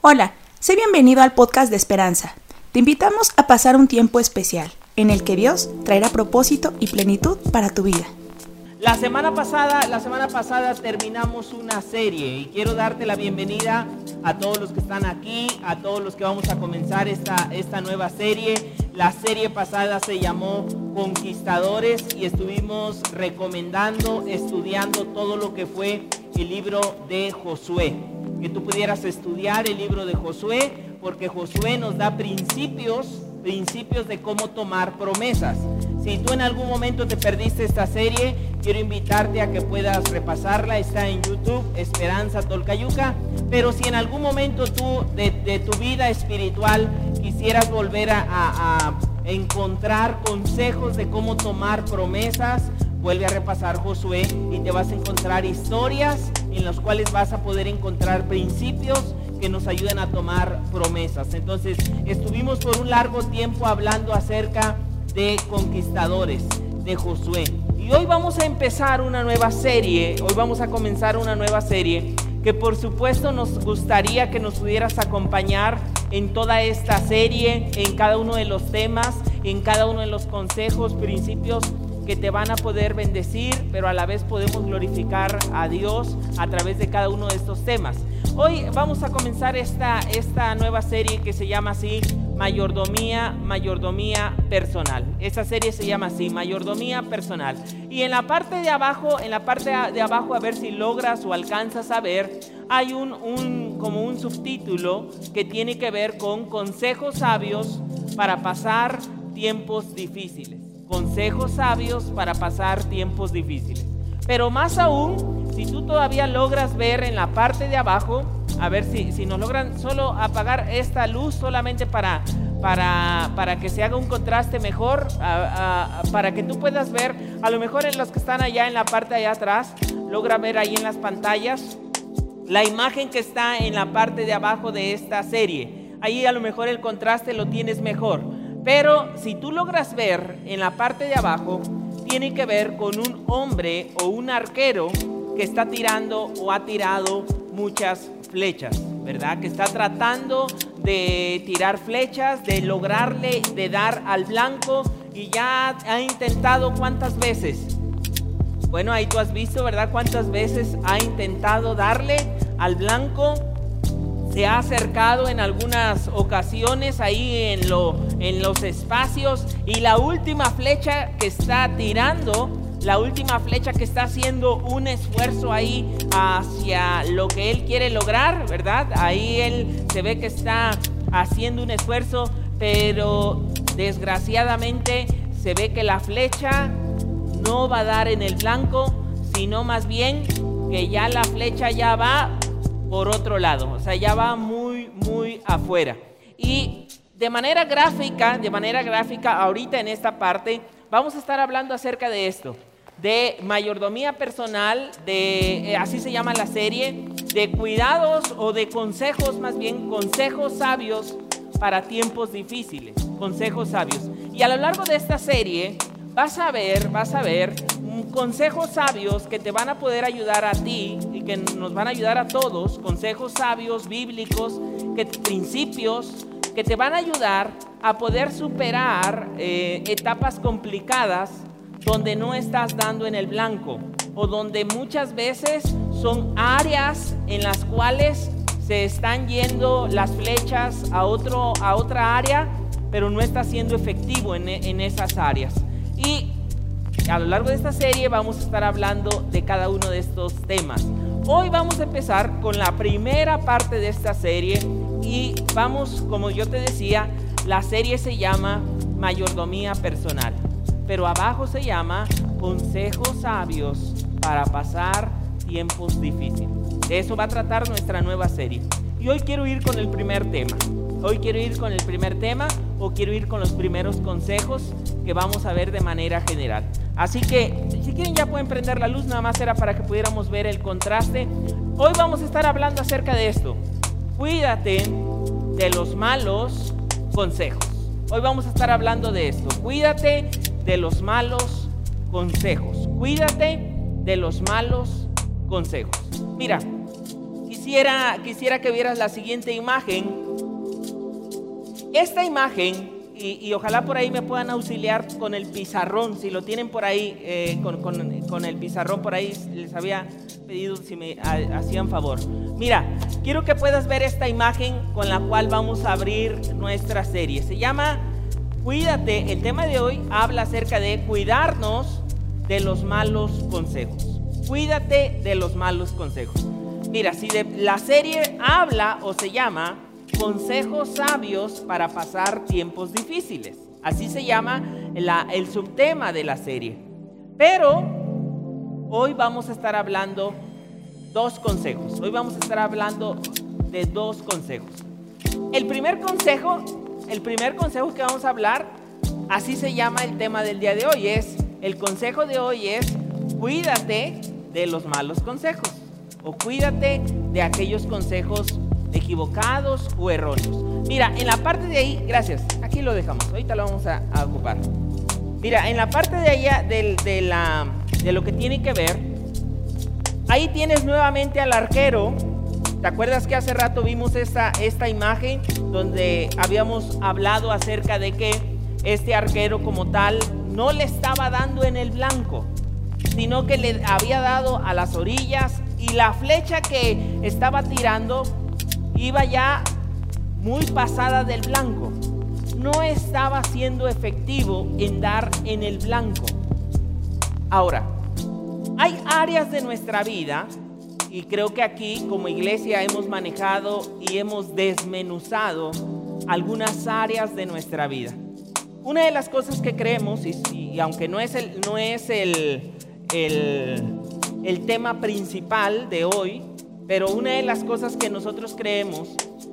Hola, sé bienvenido al podcast de Esperanza. Te invitamos a pasar un tiempo especial, en el que Dios traerá propósito y plenitud para tu vida. La semana pasada terminamos una serie y quiero darte la bienvenida a todos los que están aquí, a todos los que vamos a comenzar esta nueva serie. La serie pasada se llamó Conquistadores y estuvimos recomendando, estudiando todo lo que fue el libro de Josué. Que tú pudieras estudiar el libro de Josué, porque Josué nos da principios de cómo tomar promesas. Si tú en algún momento te perdiste esta serie, quiero invitarte a que puedas repasarla. Está en YouTube, Esperanza Tolcayuca. Pero si en algún momento tú de tu vida espiritual quisieras volver a encontrar consejos de cómo tomar promesas, vuelve a repasar Josué y te vas a encontrar historias en las cuales vas a poder encontrar principios que nos ayuden a tomar promesas. Entonces, estuvimos por un largo tiempo hablando acerca de conquistadores, de Josué. Y hoy vamos a empezar una nueva serie, hoy vamos a comenzar una nueva serie que por supuesto nos gustaría que nos pudieras acompañar en toda esta serie, en cada uno de los temas, en cada uno de los consejos, principios que te van a poder bendecir, pero a la vez podemos glorificar a Dios a través de cada uno de estos temas. Hoy vamos a comenzar esta nueva serie que se llama así, Mayordomía Personal. Esta serie se llama así, Mayordomía Personal. Y en la parte de abajo, a ver si logras o alcanzas a ver, hay como un subtítulo que tiene que ver con consejos sabios para pasar tiempos difíciles. Consejos sabios para pasar tiempos difíciles. Pero más aún, si tú todavía logras ver en la parte de abajo, a ver si nos logran solo apagar esta luz solamente para que se haga un contraste mejor, para que tú puedas ver, a lo mejor en los que están allá en la parte de allá atrás, logra ver ahí en las pantallas la imagen que está en la parte de abajo de esta serie. Ahí a lo mejor el contraste lo tienes mejor. Pero si tú logras ver en la parte de abajo, tiene que ver con un hombre o un arquero que está tirando o ha tirado muchas flechas, ¿verdad? Que está tratando de tirar flechas, de lograrle, de dar al blanco, y ya ha intentado ¿cuántas veces? Bueno, ahí tú has visto, ¿verdad? ¿Cuántas veces ha intentado darle al blanco? Se ha acercado en algunas ocasiones ahí en los espacios, y la última flecha que está tirando, la última flecha que está haciendo un esfuerzo ahí hacia lo que él quiere lograr, ¿verdad? Ahí él se ve que está haciendo un esfuerzo, pero desgraciadamente se ve que la flecha no va a dar en el blanco, sino más bien que ya la flecha ya va por otro lado, o sea, ya va muy afuera. Y de manera gráfica, ahorita en esta parte, vamos a estar hablando acerca de esto, de mayordomía personal, así se llama la serie, de cuidados o de consejos, más bien consejos sabios para tiempos difíciles, consejos sabios. Y a lo largo de esta serie vas a ver consejos sabios que te van a poder ayudar a ti y que nos van a ayudar a todos, consejos sabios, bíblicos, principios que te van a ayudar a poder superar etapas complicadas donde no estás dando en el blanco, o donde muchas veces son áreas en las cuales se están yendo las flechas a otra área, pero no está siendo efectivo en esas áreas. Y a lo largo de esta serie vamos a estar hablando de cada uno de estos temas. Hoy vamos a empezar con la primera parte de esta serie y vamos, como yo te decía, la serie se llama Mayordomía Personal, pero abajo se llama Consejos Sabios para pasar tiempos difíciles. De eso va a tratar nuestra nueva serie. Y hoy quiero ir con el primer tema. O quiero ir con los primeros consejos que vamos a ver de manera general. Así que, si quieren ya pueden prender la luz, nada más era para que pudiéramos ver el contraste. Hoy vamos a estar hablando acerca de esto. Cuídate de los malos consejos. Hoy vamos a estar hablando de esto. Cuídate de los malos consejos. Cuídate de los malos consejos. Mira, quisiera que vieras la siguiente imagen. Esta imagen, y ojalá por ahí me puedan auxiliar con el pizarrón, si lo tienen por ahí, con el pizarrón por ahí, les había pedido si me hacían favor. Mira, quiero que puedas ver esta imagen con la cual vamos a abrir nuestra serie. Se llama Cuídate. El tema de hoy habla acerca de cuidarnos de los malos consejos. Cuídate de los malos consejos. Mira, si la serie habla o se llama Consejos sabios para pasar tiempos difíciles. Así se llama el subtema de la serie. Pero hoy vamos a estar hablando dos consejos. Hoy vamos a estar hablando de dos consejos. El primer consejo que vamos a hablar, así se llama el tema del día de hoy. El consejo de hoy es cuídate de los malos consejos. O cuídate de aquellos consejos equivocados o erróneos. Mira, en la parte de ahí, gracias, aquí lo dejamos, ahorita lo vamos a ocupar. Mira, en la parte de allá de lo que tiene que ver, ahí tienes nuevamente al arquero. ¿Te acuerdas que hace rato vimos esta imagen donde habíamos hablado acerca de que este arquero como tal no le estaba dando en el blanco, sino que le había dado a las orillas, y la flecha que estaba tirando iba ya muy pasada del blanco? No estaba siendo efectivo en dar en el blanco. Ahora, hay áreas de nuestra vida, y creo que aquí como iglesia hemos manejado y hemos desmenuzado algunas áreas de nuestra vida. Una de las cosas que creemos, y aunque no es el tema principal de hoy, pero una de las cosas que nosotros creemos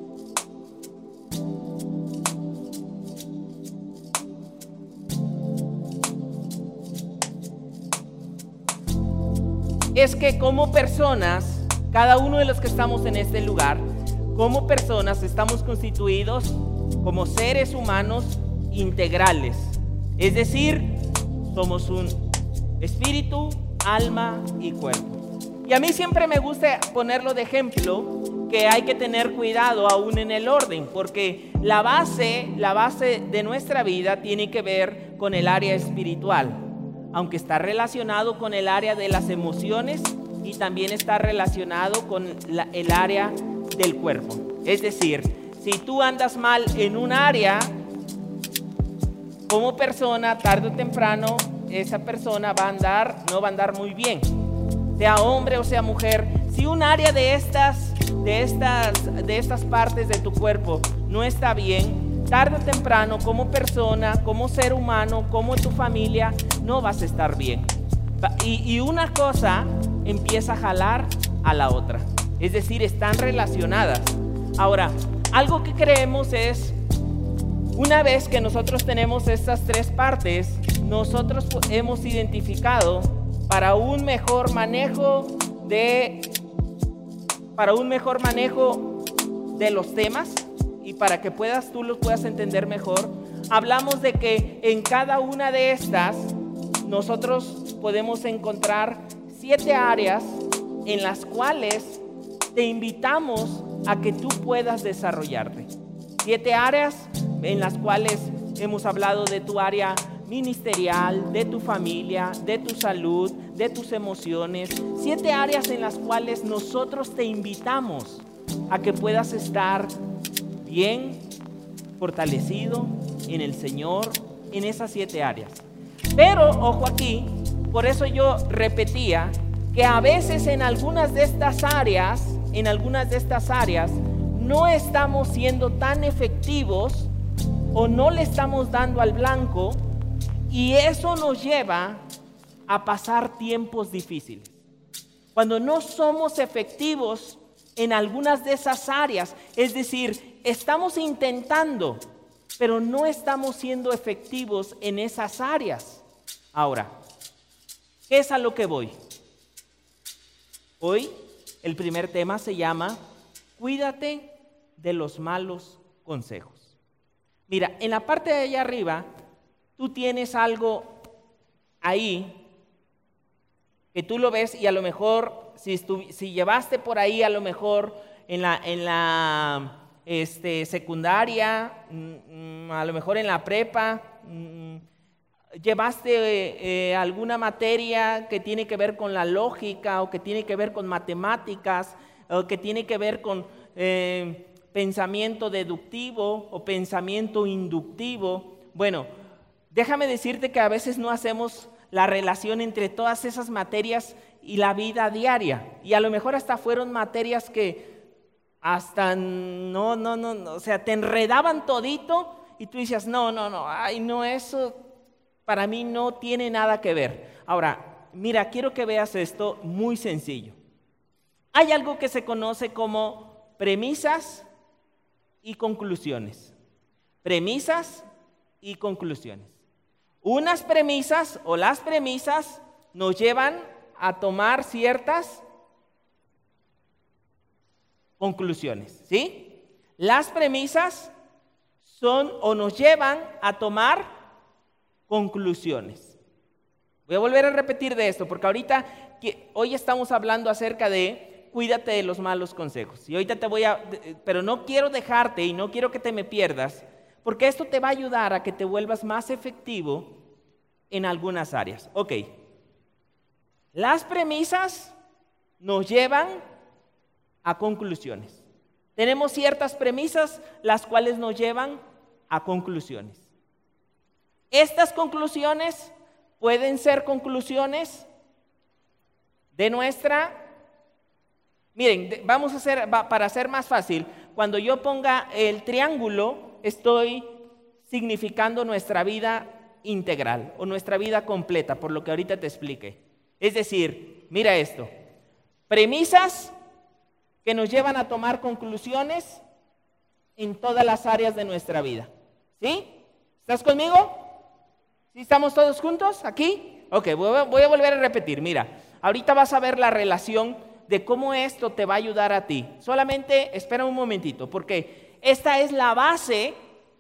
es que como personas, cada uno de los que estamos en este lugar, como personas estamos constituidos como seres humanos integrales. Es decir, somos un espíritu, alma y cuerpo. Y a mí siempre me gusta ponerlo de ejemplo, que hay que tener cuidado aún en el orden, porque la base de nuestra vida tiene que ver con el área espiritual, aunque está relacionado con el área de las emociones y también está relacionado con el área del cuerpo. Es decir, si tú andas mal en un área, como persona, tarde o temprano, esa persona no va a andar muy bien, sea hombre o sea mujer. Si un área de estas partes de tu cuerpo no está bien, tarde o temprano, como persona, como ser humano, como tu familia, no vas a estar bien. Y una cosa empieza a jalar a la otra. Es decir, están relacionadas. Ahora, algo que creemos es, una vez que nosotros tenemos estas tres partes, nosotros hemos identificado para un mejor manejo de los temas, y para que tú los puedas entender mejor, hablamos de que en cada una de estas nosotros podemos encontrar 7 áreas en las cuales te invitamos a que tú puedas desarrollarte. 7 áreas en las cuales hemos hablado de tu área ministerial, de tu familia, de tu salud, de tus emociones. 7 áreas en las cuales nosotros te invitamos a que puedas estar bien, fortalecido en el Señor, en esas 7 áreas. Pero, ojo aquí, por eso yo repetía que a veces en algunas de estas áreas, no estamos siendo tan efectivos o no le estamos dando al blanco, y eso nos lleva a pasar tiempos difíciles. Cuando no somos efectivos en algunas de esas áreas, es decir, estamos intentando, pero no estamos siendo efectivos en esas áreas. Ahora, ¿qué es a lo que voy? Hoy el primer tema se llama Cuídate de los malos consejos. Mira, en la parte de allá arriba, tú tienes algo ahí que tú lo ves y a lo mejor si llevaste por ahí a lo mejor en la secundaria, a lo mejor en la prepa, llevaste alguna materia que tiene que ver con la lógica o que tiene que ver con matemáticas o que tiene que ver con pensamiento deductivo o pensamiento inductivo. Bueno, déjame decirte que a veces no hacemos la relación entre todas esas materias y la vida diaria. Y a lo mejor hasta fueron materias que hasta o sea, te enredaban todito y tú decías, no, ay, no, eso para mí no tiene nada que ver. Ahora, mira, quiero que veas esto muy sencillo. Hay algo que se conoce como premisas y conclusiones. Premisas y conclusiones. Unas premisas o las premisas nos llevan a tomar ciertas conclusiones, ¿sí? Las premisas son o nos llevan a tomar conclusiones. Voy a volver a repetir de esto porque hoy estamos hablando acerca de cuídate de los malos consejos. Y ahorita pero no quiero dejarte y no quiero que te me pierdas porque esto te va a ayudar a que te vuelvas más efectivo en algunas áreas. Ok. Las premisas nos llevan a conclusiones. Tenemos ciertas premisas las cuales nos llevan a conclusiones. Estas conclusiones pueden ser conclusiones de nuestra... Miren, vamos a hacer, para hacer más fácil, cuando yo ponga el triángulo, estoy significando nuestra vida integral o nuestra vida completa, por lo que ahorita te expliqué. Es decir, mira esto, premisas que nos llevan a tomar conclusiones en todas las áreas de nuestra vida. ¿Sí? ¿Estás conmigo? ¿Sí estamos todos juntos aquí? Ok, voy a volver a repetir. Mira, ahorita vas a ver la relación de cómo esto te va a ayudar a ti. Solamente espera un momentito, porque esta es la base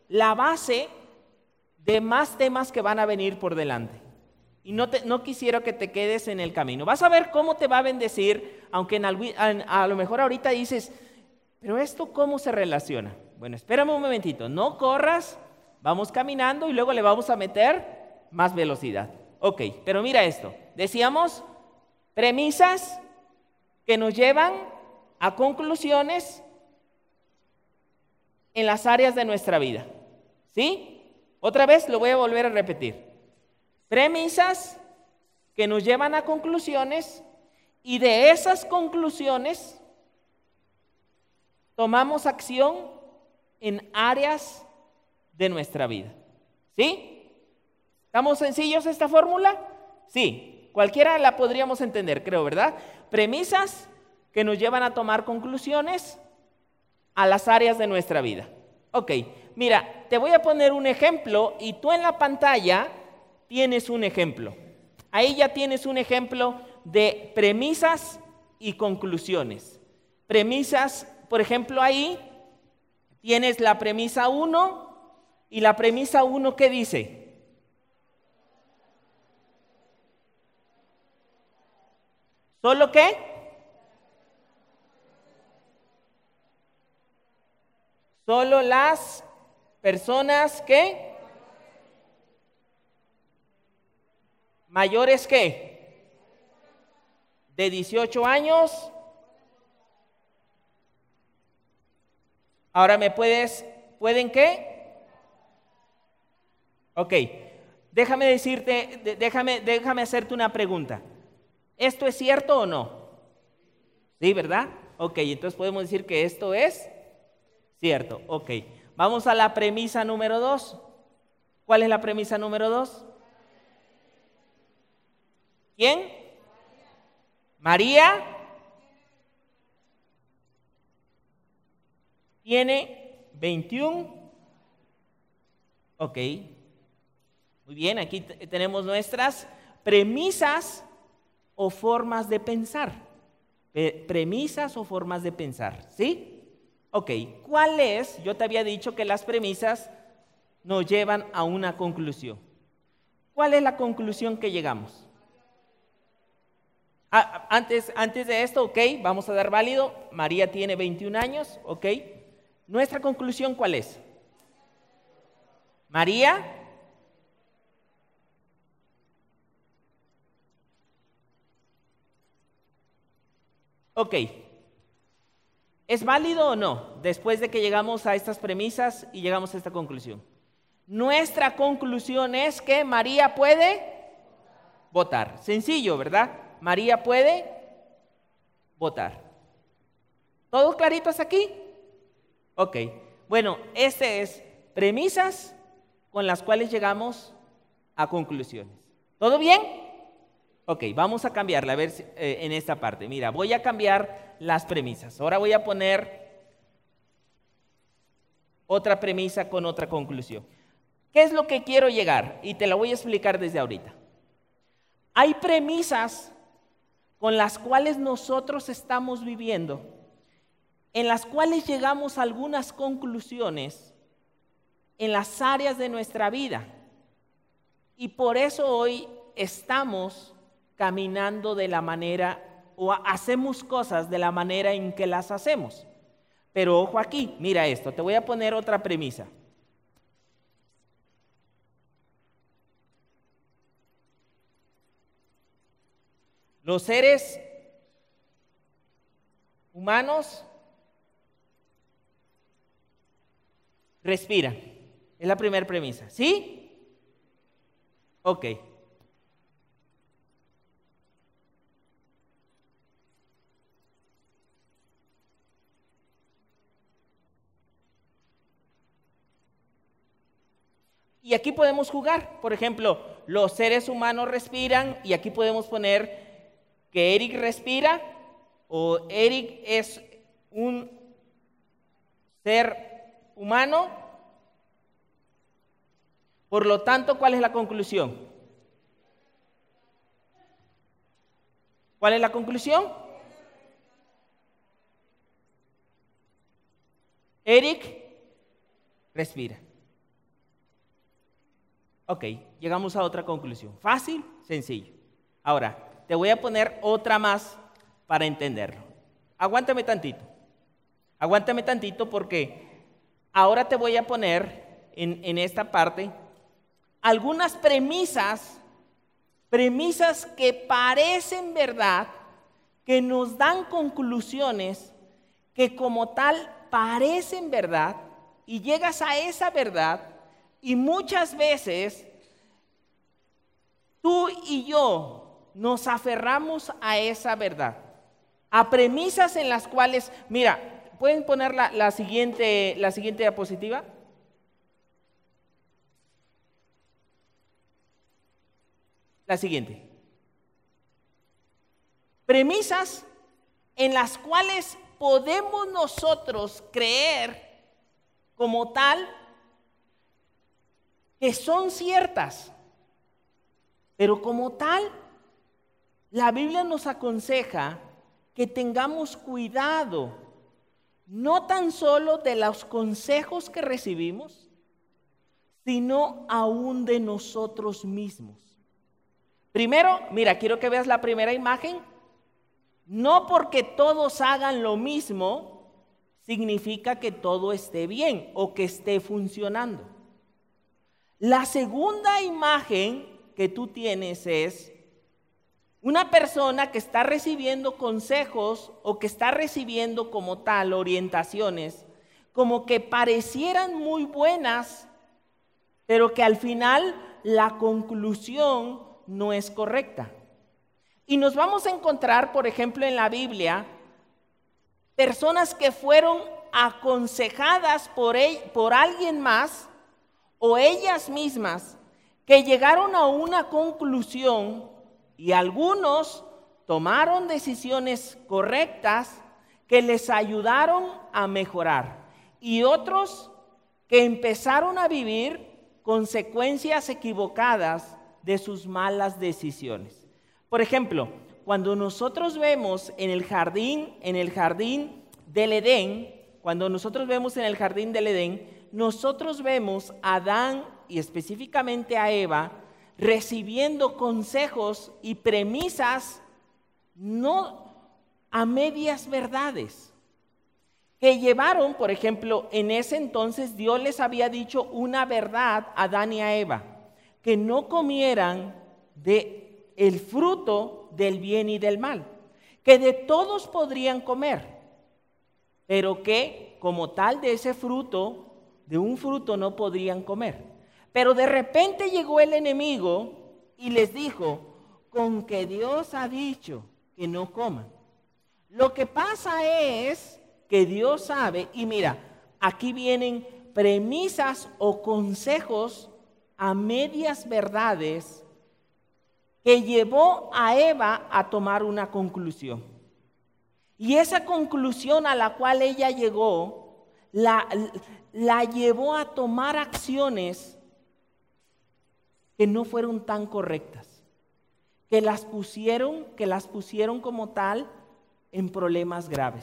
de más temas que van a venir por delante. Y no quisiera que te quedes en el camino. Vas a ver cómo te va a bendecir, aunque a lo mejor ahorita dices, pero ¿esto cómo se relaciona? Bueno, espérame un momentito, no corras, vamos caminando y luego le vamos a meter más velocidad. Ok, pero mira esto, decíamos premisas que nos llevan a conclusiones en las áreas de nuestra vida. ¿Sí? Otra vez lo voy a volver a repetir. Premisas que nos llevan a conclusiones y de esas conclusiones tomamos acción en áreas de nuestra vida. ¿Sí? ¿Estamos sencillos esta fórmula? Sí, cualquiera la podríamos entender, creo, ¿verdad? Premisas que nos llevan a tomar conclusiones a las áreas de nuestra vida. Ok, mira, te voy a poner un ejemplo y tú en la pantalla tienes un ejemplo. Ahí ya tienes un ejemplo de premisas y conclusiones. Premisas, por ejemplo, ahí tienes la premisa 1 y la premisa 1, ¿qué dice? ¿Solo qué? Solo las personas que mayores que de 18 años. Ahora ¿pueden qué? Ok, déjame decirte, déjame hacerte una pregunta. ¿Esto es cierto o no? Sí, ¿verdad? Ok, entonces podemos decir que esto es cierto. Ok, vamos a la premisa número 2. ¿Cuál es la premisa número 2? ¿Quién? María tiene 21. Ok, muy bien, aquí tenemos nuestras premisas o formas de pensar. Premisas o formas de pensar, ¿sí? Ok, ¿cuál es? Yo te había dicho que las premisas nos llevan a una conclusión. ¿Cuál es la conclusión que llegamos? Antes de esto, ok, vamos a dar válido. María tiene 21 años, ok. ¿Nuestra conclusión cuál es? María ok. ¿Es válido o no? Después de que llegamos a estas premisas y llegamos a esta conclusión. Nuestra conclusión es que María puede votar. Sencillo, ¿verdad? María puede votar. ¿Todo clarito hasta aquí? Ok. Bueno, este es premisas con las cuales llegamos a conclusiones. ¿Todo bien? Ok, vamos a cambiarla, a ver en esta parte. Mira, voy a cambiar las premisas. Ahora voy a poner otra premisa con otra conclusión. ¿Qué es lo que quiero llegar? Y te la voy a explicar desde ahorita. Hay premisas con las cuales nosotros estamos viviendo, en las cuales llegamos a algunas conclusiones en las áreas de nuestra vida. Y por eso hoy estamos caminando de la manera, o hacemos cosas de la manera en que las hacemos. Pero ojo aquí, mira esto, te voy a poner otra premisa. Los seres humanos respiran. Es la primera premisa. ¿Sí? Ok. Y aquí podemos jugar. Por ejemplo, los seres humanos respiran y aquí podemos poner que Eric respira o Eric es un ser humano. Por lo tanto, ¿cuál es la conclusión? ¿Cuál es la conclusión? Eric respira. Ok, llegamos a otra conclusión. Fácil, sencillo. Ahora, te voy a poner otra más para entenderlo. Aguántame tantito porque ahora te voy a poner en esta parte algunas premisas que parecen verdad, que nos dan conclusiones que como tal parecen verdad, y llegas a esa verdad y muchas veces tú y yo nos aferramos a esa verdad, a premisas en las cuales, mira, ¿pueden poner la siguiente diapositiva? La siguiente. Premisas en las cuales podemos nosotros creer como tal que son ciertas, pero como tal, la Biblia nos aconseja que tengamos cuidado, no tan solo de los consejos que recibimos, sino aún de nosotros mismos. Primero, mira, quiero que veas la primera imagen. No porque todos hagan lo mismo, significa que todo esté bien o que esté funcionando. La segunda imagen que tú tienes es una persona que está recibiendo consejos o que está recibiendo como tal orientaciones, como que parecieran muy buenas, pero que al final la conclusión no es correcta. Y nos vamos a encontrar, por ejemplo, en la Biblia, personas que fueron aconsejadas por alguien más o ellas mismas, que llegaron a una conclusión y algunos tomaron decisiones correctas que les ayudaron a mejorar y otros que empezaron a vivir consecuencias equivocadas de sus malas decisiones. Por ejemplo, cuando nosotros vemos en el jardín del Edén, nosotros vemos a Adán y específicamente a Eva recibiendo consejos y premisas no a medias verdades, que llevaron, por ejemplo, en ese entonces Dios les había dicho una verdad a Adán y a Eva, que no comieran de el fruto del bien y del mal, que de todos podrían comer, pero que como tal de ese fruto, de un fruto no podrían comer. Pero de repente llegó el enemigo y les dijo, con que Dios ha dicho que no coman. Lo que pasa es que Dios sabe, y mira, aquí vienen premisas o consejos a medias verdades que llevó a Eva a tomar una conclusión. Y esa conclusión a la cual ella llegó, la llevó a tomar acciones que no fueron tan correctas, que las pusieron como tal en problemas graves.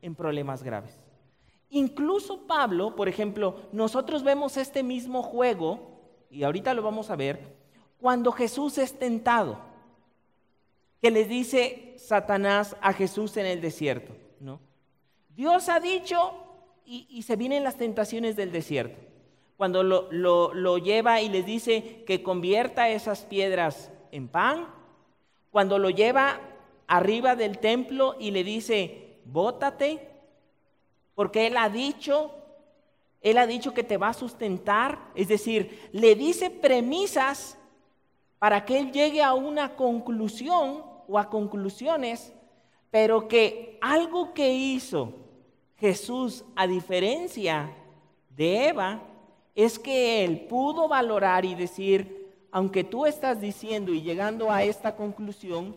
Incluso Pablo, por ejemplo, nosotros vemos este mismo juego, y ahorita lo vamos a ver, cuando Jesús es tentado, que le dice Satanás a Jesús en el desierto, ¿no? Dios ha dicho, y se vienen las tentaciones del desierto, cuando lo lleva y les dice que convierta esas piedras en pan, cuando lo lleva arriba del templo y le dice, bótate, porque Él ha dicho que te va a sustentar, es decir, le dice premisas para que Él llegue a una conclusión o a conclusiones, pero que algo que hizo Jesús, a diferencia de Eva, es que Él pudo valorar y decir, aunque tú estás diciendo y llegando a esta conclusión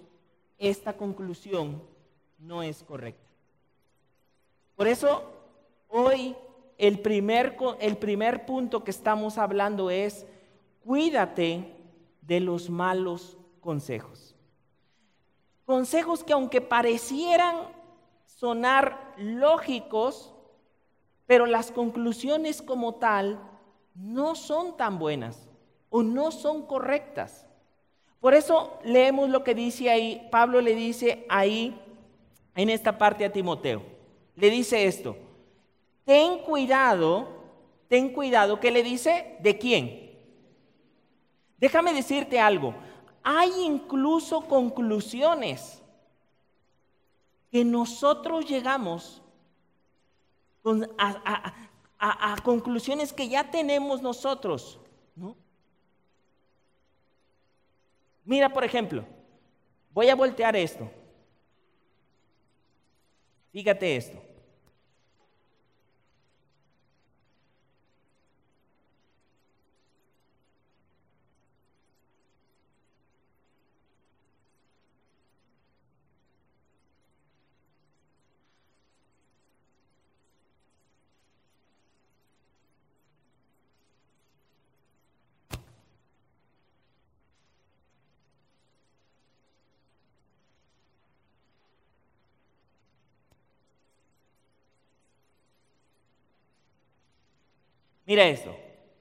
no es correcta. Por eso, hoy el primer punto que estamos hablando es, cuídate de los malos consejos. Consejos que aunque parecieran sonar lógicos, pero las conclusiones como tal no son tan buenas o no son correctas. Por eso leemos lo que dice ahí, Pablo le dice ahí en esta parte a Timoteo. Le dice esto, ten cuidado, ¿qué le dice? ¿De quién? Déjame decirte algo, hay incluso conclusiones que nosotros llegamos a conclusiones que ya tenemos nosotros, ¿no? Mira, por ejemplo, voy a voltear esto. Fíjate esto. Mira esto.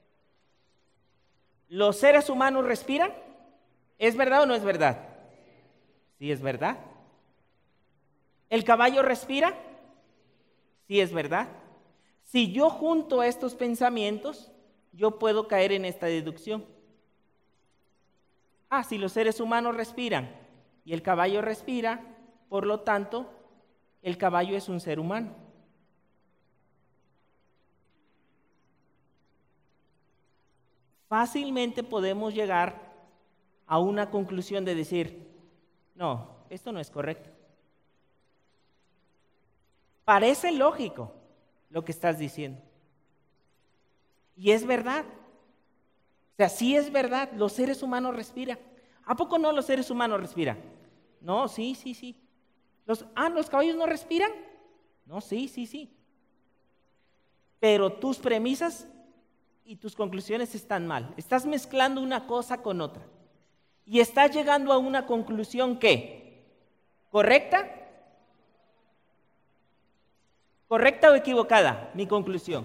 ¿Los seres humanos respiran? ¿Es verdad o no es verdad? Sí, es verdad. ¿El caballo respira? Sí, es verdad. Si yo junto estos pensamientos, yo puedo caer en esta deducción. Si los seres humanos respiran y el caballo respira, por lo tanto, el caballo es un ser humano. Fácilmente podemos llegar a una conclusión de decir, no, esto no es correcto. Parece lógico lo que estás diciendo. Y es verdad. O sea, sí es verdad, los seres humanos respiran. ¿A poco no los seres humanos respiran? No, sí. ¿Los caballos no respiran? No, sí. Pero tus premisas y tus conclusiones están mal. Estás mezclando una cosa con otra. Y estás llegando a una conclusión ¿qué? ¿Correcta? ¿Correcta o equivocada? Mi conclusión.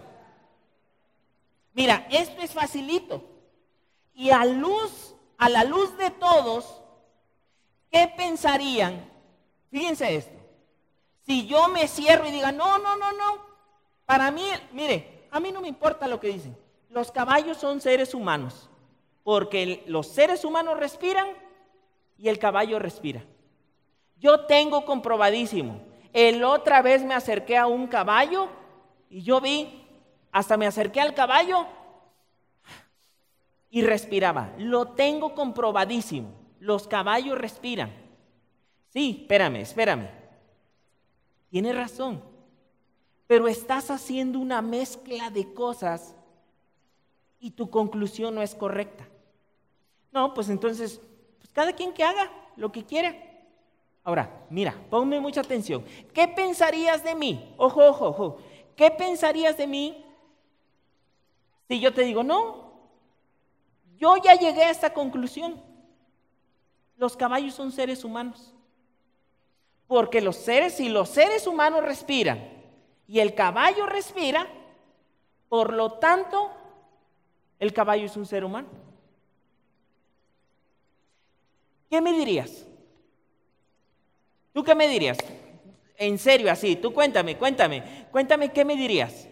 Mira, esto es facilito. Y a la luz, a la luz de todos, ¿qué pensarían? Fíjense esto. Si yo me cierro y diga, no, para mí, mire, a mí no me importa lo que dicen. Los caballos son seres humanos, porque los seres humanos respiran y el caballo respira. Yo tengo comprobadísimo. El otra vez me acerqué a un caballo y yo vi, hasta me acerqué al caballo y respiraba. Lo tengo comprobadísimo. Los caballos respiran. Sí, espérame. Tienes razón. Pero estás haciendo una mezcla de cosas y tu conclusión no es correcta. No, pues entonces, pues cada quien que haga lo que quiera. Ahora, mira, ponme mucha atención. ¿Qué pensarías de mí? Ojo. ¿Qué pensarías de mí si yo te digo, no, yo ya llegué a esta conclusión? Los caballos son seres humanos. Porque si los seres humanos respiran y el caballo respira, por lo tanto, el caballo es un ser humano. ¿Qué me dirías? ¿Tú qué me dirías? En serio, así, tú cuéntame, ¿qué me dirías?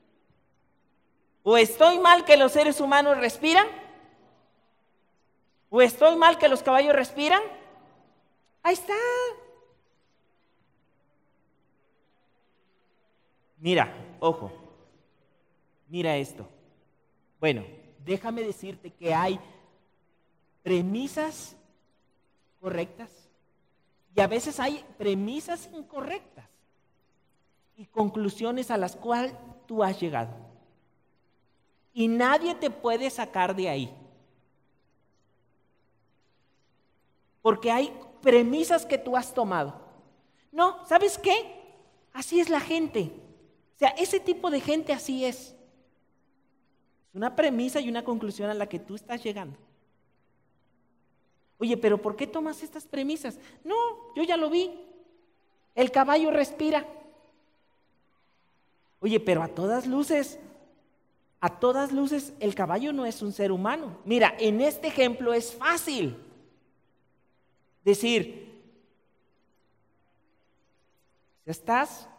¿O estoy mal que los seres humanos respiran? ¿O estoy mal que los caballos respiran? Ahí está. Mira, ojo, mira esto. Bueno, déjame decirte que hay premisas correctas y a veces hay premisas incorrectas y conclusiones a las cuales tú has llegado. Y nadie te puede sacar de ahí. Porque hay premisas que tú has tomado. No, ¿sabes qué? Así es la gente. O sea, ese tipo de gente así es. Es una premisa y una conclusión a la que tú estás llegando. Oye, pero ¿por qué tomas estas premisas? No, yo ya lo vi. El caballo respira. Oye, pero a todas luces, el caballo no es un ser humano. Mira, en este ejemplo es fácil decir, estás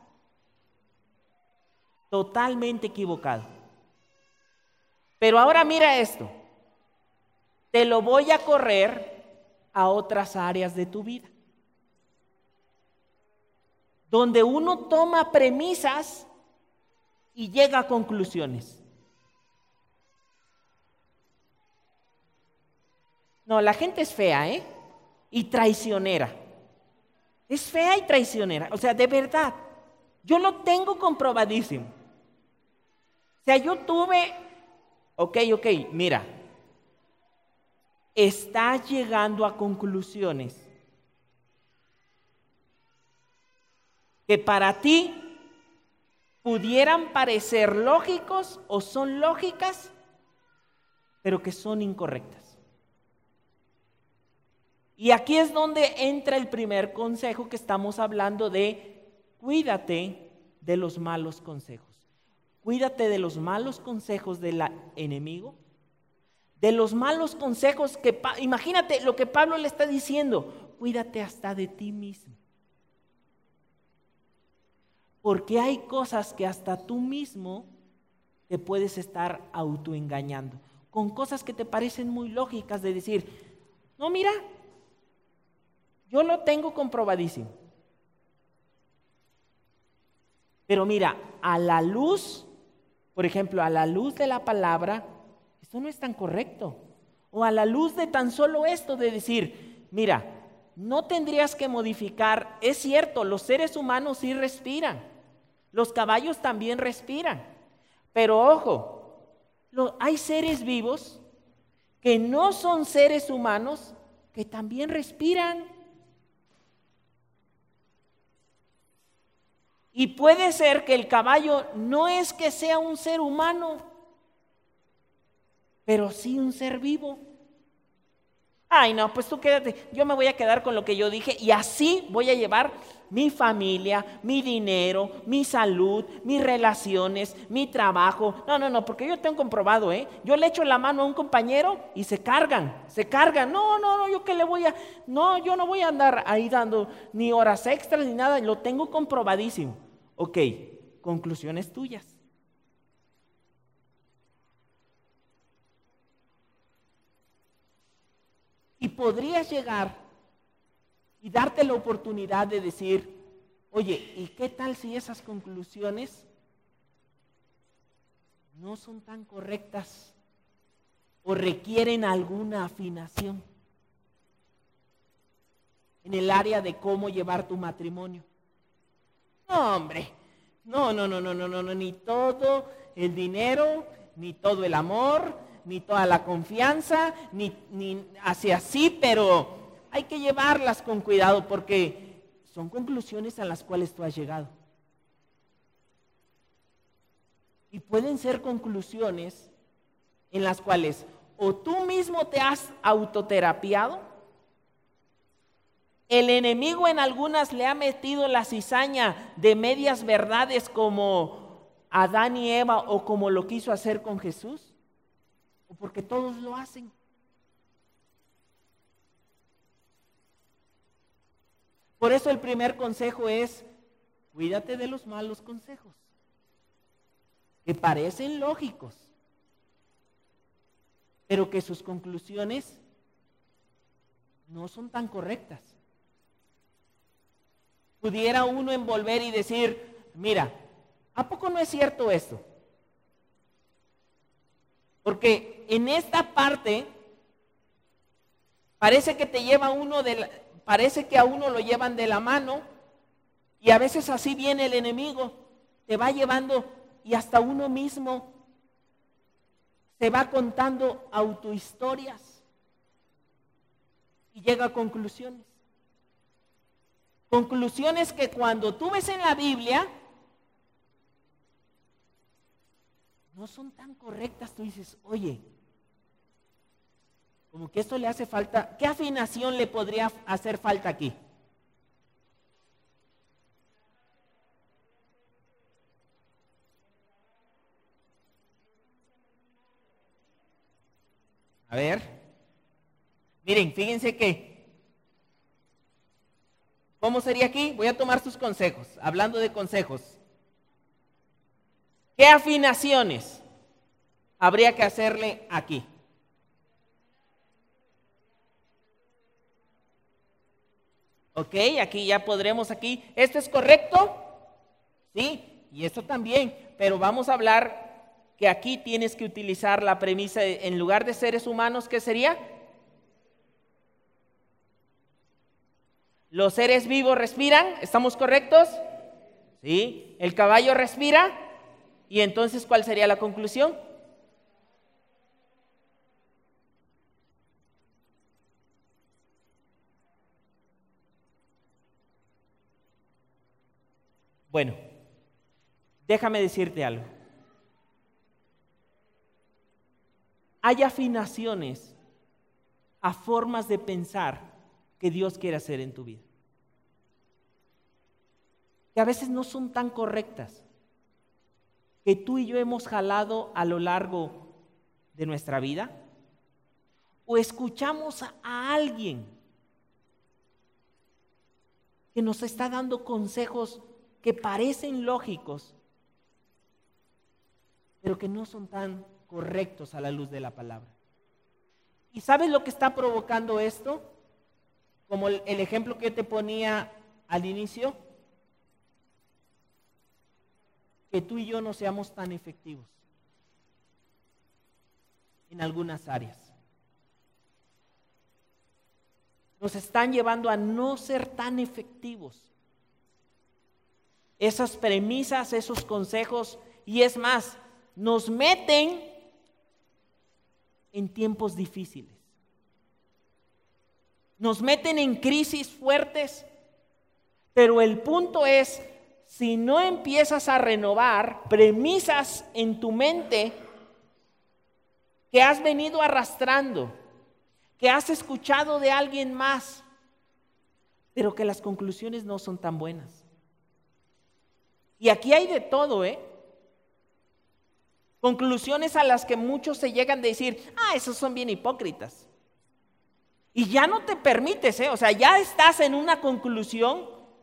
totalmente equivocado. Pero ahora mira esto, te lo voy a correr a otras áreas de tu vida, donde uno toma premisas y llega a conclusiones. No, la gente es fea, y traicionera. Es fea y traicionera. O sea, de verdad, yo lo tengo comprobadísimo. O sea, yo tuve, ok, mira, estás llegando a conclusiones que para ti pudieran parecer lógicos o son lógicas, pero que son incorrectas. Y aquí es donde entra el primer consejo que estamos hablando de cuídate de los malos consejos. Cuídate de los malos consejos del enemigo, de los malos consejos que, imagínate lo que Pablo le está diciendo, cuídate hasta de ti mismo. Porque hay cosas que hasta tú mismo te puedes estar autoengañando, con cosas que te parecen muy lógicas de decir, no, mira, yo lo tengo comprobadísimo. Pero mira, a la luz, por ejemplo, a la luz de la palabra, esto no es tan correcto. O a la luz de tan solo esto de decir, mira, no tendrías que modificar, es cierto, los seres humanos sí respiran, los caballos también respiran, pero ojo, hay seres vivos que no son seres humanos que también respiran. Y puede ser que el caballo no es que sea un ser humano, pero sí un ser vivo. Ay, no, pues tú quédate, yo me voy a quedar con lo que yo dije y así voy a llevar mi familia, mi dinero, mi salud, mis relaciones, mi trabajo. No, porque yo tengo comprobado, yo le echo la mano a un compañero y se cargan. No, yo qué le voy a, no, yo no voy a andar ahí dando ni horas extras ni nada, lo tengo comprobadísimo. Ok, conclusiones tuyas. Y podrías llegar y darte la oportunidad de decir, oye, ¿y qué tal si esas conclusiones no son tan correctas o requieren alguna afinación en el área de cómo llevar tu matrimonio? No, hombre, no, ni todo el dinero, ni todo el amor, ni toda la confianza, ni hacia sí, pero hay que llevarlas con cuidado porque son conclusiones a las cuales tú has llegado. Y pueden ser conclusiones en las cuales o tú mismo te has autoterapiado, el enemigo en algunas le ha metido la cizaña de medias verdades como Adán y Eva o como lo quiso hacer con Jesús, o porque todos lo hacen. Por eso el primer consejo es, cuídate de los malos consejos, que parecen lógicos, pero que sus conclusiones no son tan correctas. Pudiera uno envolver y decir, mira, ¿a poco no es cierto esto? Porque en esta parte parece que te lleva uno parece que a uno lo llevan de la mano y a veces así viene el enemigo, te va llevando y hasta uno mismo se va contando autohistorias y llega a conclusiones. Conclusiones que cuando tú ves en la Biblia no son tan correctas. Tú dices, oye, como que esto le hace falta, ¿qué afinación le podría hacer falta aquí? A ver, miren, fíjense que, ¿cómo sería aquí? Voy a tomar sus consejos, hablando de consejos. ¿Qué afinaciones habría que hacerle aquí? Ok, aquí ya podremos aquí. ¿Esto es correcto? Sí, y esto también, pero vamos a hablar que aquí tienes que utilizar la premisa de, en lugar de seres humanos, ¿qué sería? ¿Los seres vivos respiran? ¿Estamos correctos? Sí, el caballo respira. ¿Y entonces cuál sería la conclusión? Bueno, déjame decirte algo. Hay afinaciones a formas de pensar que Dios quiere hacer en tu vida, que a veces no son tan correctas, que tú y yo hemos jalado a lo largo de nuestra vida, o escuchamos a alguien que nos está dando consejos que parecen lógicos, pero que no son tan correctos a la luz de la palabra. ¿Y sabes lo que está provocando esto? Como el ejemplo que yo te ponía al inicio, que tú y yo no seamos tan efectivos en algunas áreas. Nos están llevando a no ser tan efectivos. Esas premisas, esos consejos, y es más, nos meten en tiempos difíciles. Nos meten en crisis fuertes, pero el punto es, si no empiezas a renovar premisas en tu mente que has venido arrastrando, que has escuchado de alguien más, pero que las conclusiones no son tan buenas. Y aquí hay de todo, conclusiones a las que muchos se llegan a decir, esos son bien hipócritas. Y ya no te permites, o sea, ya estás en una conclusión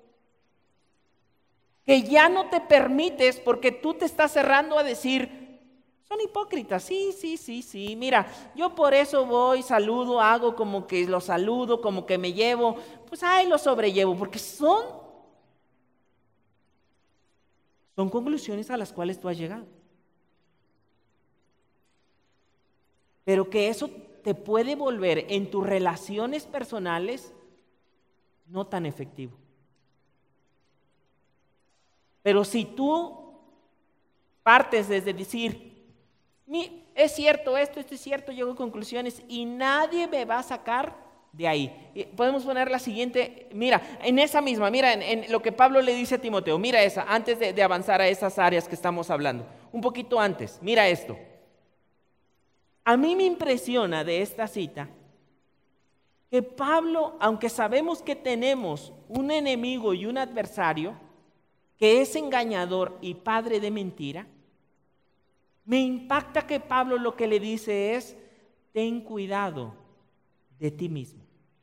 que ya no te permites porque tú te estás cerrando a decir, son hipócritas, sí, mira, yo por eso voy, saludo, hago como que lo saludo, como que me llevo, pues lo sobrellevo, porque son conclusiones a las cuales tú has llegado. Pero que eso te puede volver en tus relaciones personales no tan efectivo. Pero si tú partes desde decir, es cierto esto es cierto, llego a conclusiones y nadie me va a sacar de ahí. Podemos poner la siguiente, mira, en esa misma, mira en lo que Pablo le dice a Timoteo, mira esa, antes de avanzar a esas áreas que estamos hablando, un poquito antes, mira esto. A mí me impresiona de esta cita que Pablo, aunque sabemos que tenemos un enemigo y un adversario que es engañador y padre de mentira, me impacta que Pablo lo que le dice es, ten cuidado de ti mismo.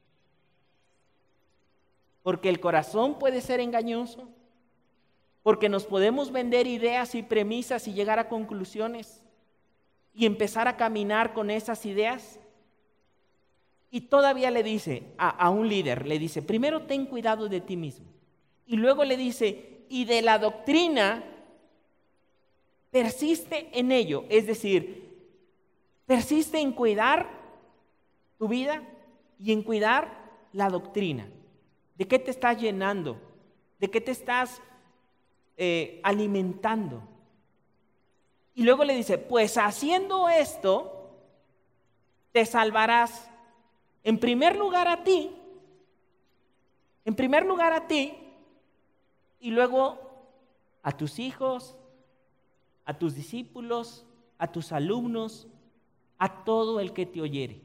Porque el corazón puede ser engañoso, porque nos podemos vender ideas y premisas y llegar a conclusiones y empezar a caminar con esas ideas. Y todavía le dice a un líder, le dice, primero ten cuidado de ti mismo. Y luego le dice, y de la doctrina, persiste en ello. Es decir, persiste en cuidar tu vida y en cuidar la doctrina. ¿De qué te estás llenando? ¿De qué te estás alimentando? Y luego le dice, pues haciendo esto, te salvarás en primer lugar a ti, y luego a tus hijos, a tus discípulos, a tus alumnos, a todo el que te oyere.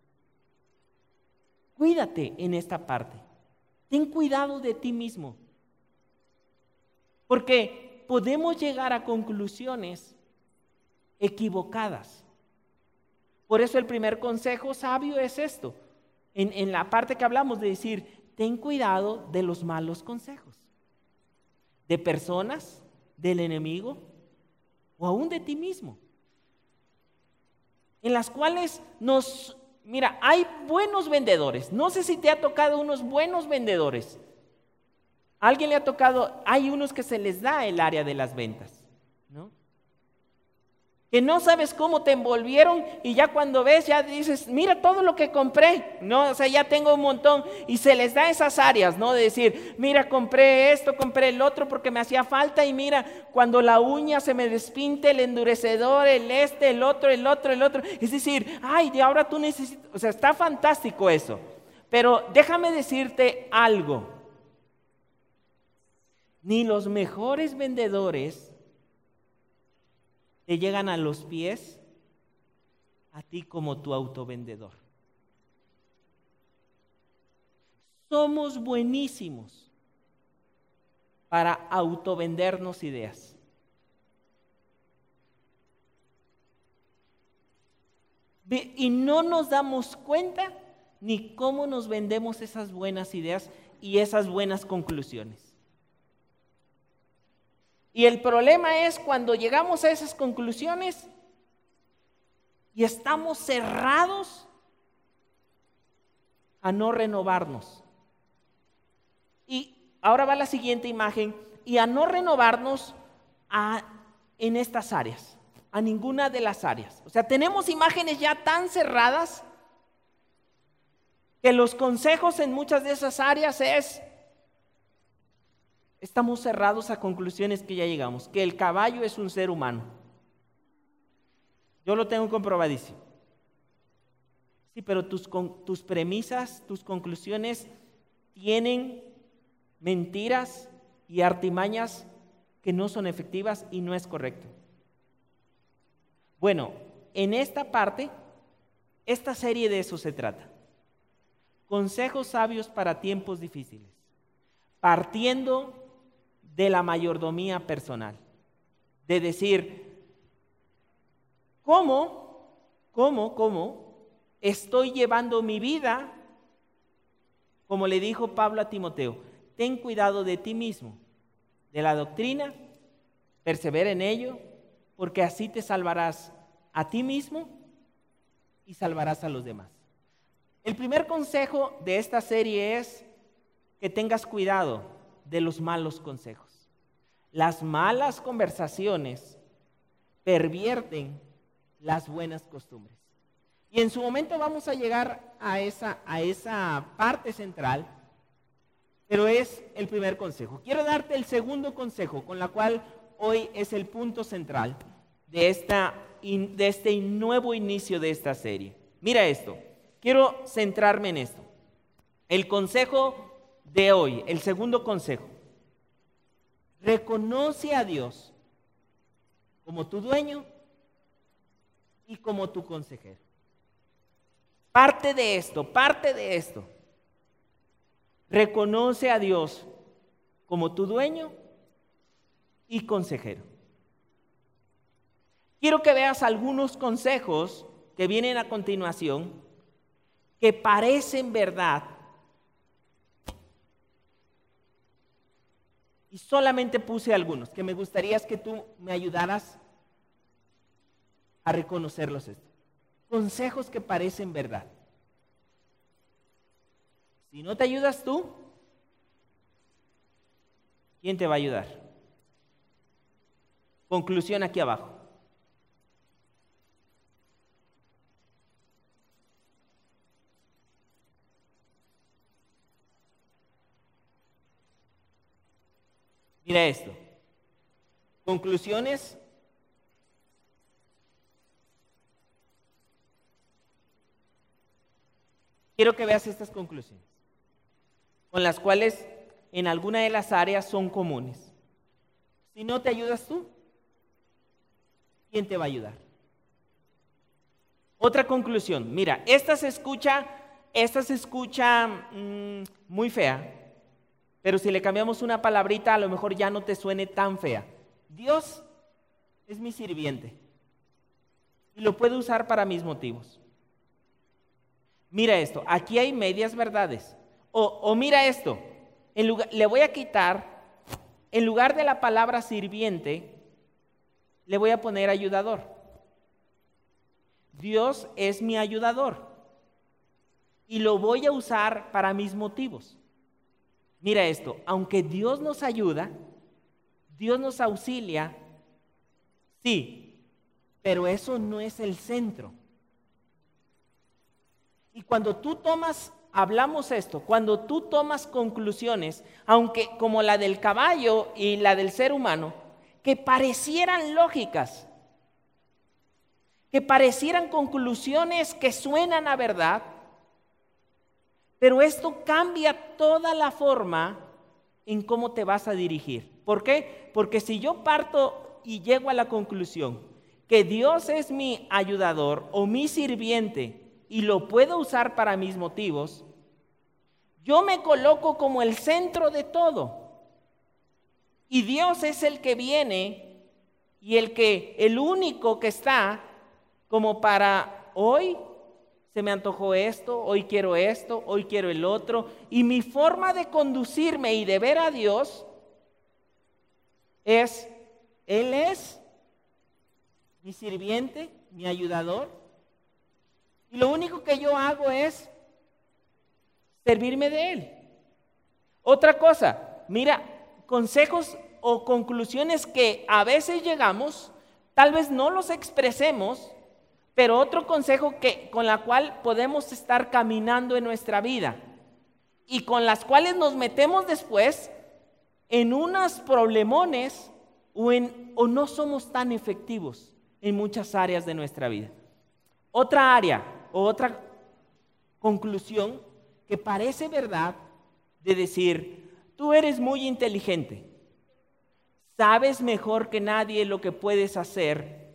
Cuídate en esta parte. Ten cuidado de ti mismo. Porque podemos llegar a conclusiones equivocadas. Por eso el primer consejo sabio es esto. En la parte que hablamos de decir, ten cuidado de los malos consejos. De personas, del enemigo o aún de ti mismo. En las cuales mira, hay buenos vendedores. No sé si te ha tocado unos buenos vendedores. ¿A alguien le ha tocado? Hay unos que se les da el área de las ventas, ¿no? Que no sabes cómo te envolvieron y ya cuando ves ya dices, mira todo lo que compré, ¿no? O sea, ya tengo un montón y se les da esas áreas, ¿no? De decir, mira, compré esto, compré el otro porque me hacía falta y mira, cuando la uña se me despinte, el endurecedor, el otro. Es decir, y ahora tú necesitas, o sea, está fantástico eso. Pero déjame decirte algo. Ni los mejores vendedores te llegan a los pies a ti como tu autovendedor. Somos buenísimos para autovendernos ideas. Y no nos damos cuenta ni cómo nos vendemos esas buenas ideas y esas buenas conclusiones. Y el problema es cuando llegamos a esas conclusiones y estamos cerrados a no renovarnos. Y ahora va la siguiente imagen, y a no renovarnos en estas áreas, a ninguna de las áreas. O sea, tenemos imágenes ya tan cerradas que los consejos en muchas de esas áreas estamos cerrados a conclusiones que ya llegamos, que el caballo es un ser humano. Yo lo tengo comprobadísimo. Sí, pero tus premisas, tus conclusiones tienen mentiras y artimañas que no son efectivas y no es correcto. Bueno, en esta parte, esta serie de eso se trata. consejos sabios para tiempos difíciles, partiendo de la mayordomía personal. De decir, ¿cómo estoy llevando mi vida? Como le dijo Pablo a Timoteo, ten cuidado de ti mismo, de la doctrina, persevera en ello, porque así te salvarás a ti mismo y salvarás a los demás. El primer consejo de esta serie es que tengas cuidado de los malos consejos. Las malas conversaciones pervierten las buenas costumbres. Y en su momento vamos a llegar a esa parte central, pero es el primer consejo. Quiero darte el segundo consejo, con la cual hoy es el punto central de este nuevo inicio de esta serie. Mira esto, quiero centrarme en esto. El consejo de hoy, el segundo consejo. Reconoce a Dios como tu dueño y como tu consejero. Parte de esto. Reconoce a Dios como tu dueño y consejero. Quiero que veas algunos consejos que vienen a continuación que parecen verdad y solamente puse algunos que me gustaría que tú me ayudaras a reconocerlos. Consejos que parecen verdad. Si no te ayudas tú, ¿quién te va a ayudar? Conclusión aquí abajo. Mira esto. Conclusiones. Quiero que veas estas conclusiones, con las cuales en alguna de las áreas son comunes. Si no te ayudas tú, ¿quién te va a ayudar? Otra conclusión. Mira, esta se escucha muy fea. Pero si le cambiamos una palabrita, a lo mejor ya no te suene tan fea. Dios es mi sirviente y lo puedo usar para mis motivos. Mira esto, aquí hay medias verdades. O mira esto, le voy a quitar, en lugar de la palabra sirviente, le voy a poner ayudador. Dios es mi ayudador y lo voy a usar para mis motivos. Mira esto, aunque Dios nos ayuda, Dios nos auxilia, sí, pero eso no es el centro. Y cuando tú hablamos esto, cuando tú tomas conclusiones, aunque como la del caballo y la del ser humano, que parecieran lógicas, que parecieran conclusiones que suenan a verdad, pero esto cambia toda la forma en cómo te vas a dirigir. ¿Por qué? Porque si yo parto y llego a la conclusión que Dios es mi ayudador o mi sirviente y lo puedo usar para mis motivos, yo me coloco como el centro de todo. Y Dios es el que viene y el único que está como para hoy. Se me antojó esto, hoy quiero el otro. Y mi forma de conducirme y de ver a Dios es, Él es mi sirviente, mi ayudador. Y lo único que yo hago es servirme de Él. Otra cosa, mira, consejos o conclusiones que a veces llegamos, tal vez no los expresemos, pero otro consejo con la cual podemos estar caminando en nuestra vida y con las cuales nos metemos después en unos problemones o no somos tan efectivos en muchas áreas de nuestra vida. Otra área o otra conclusión que parece verdad de decir, tú eres muy inteligente, sabes mejor que nadie lo que puedes hacer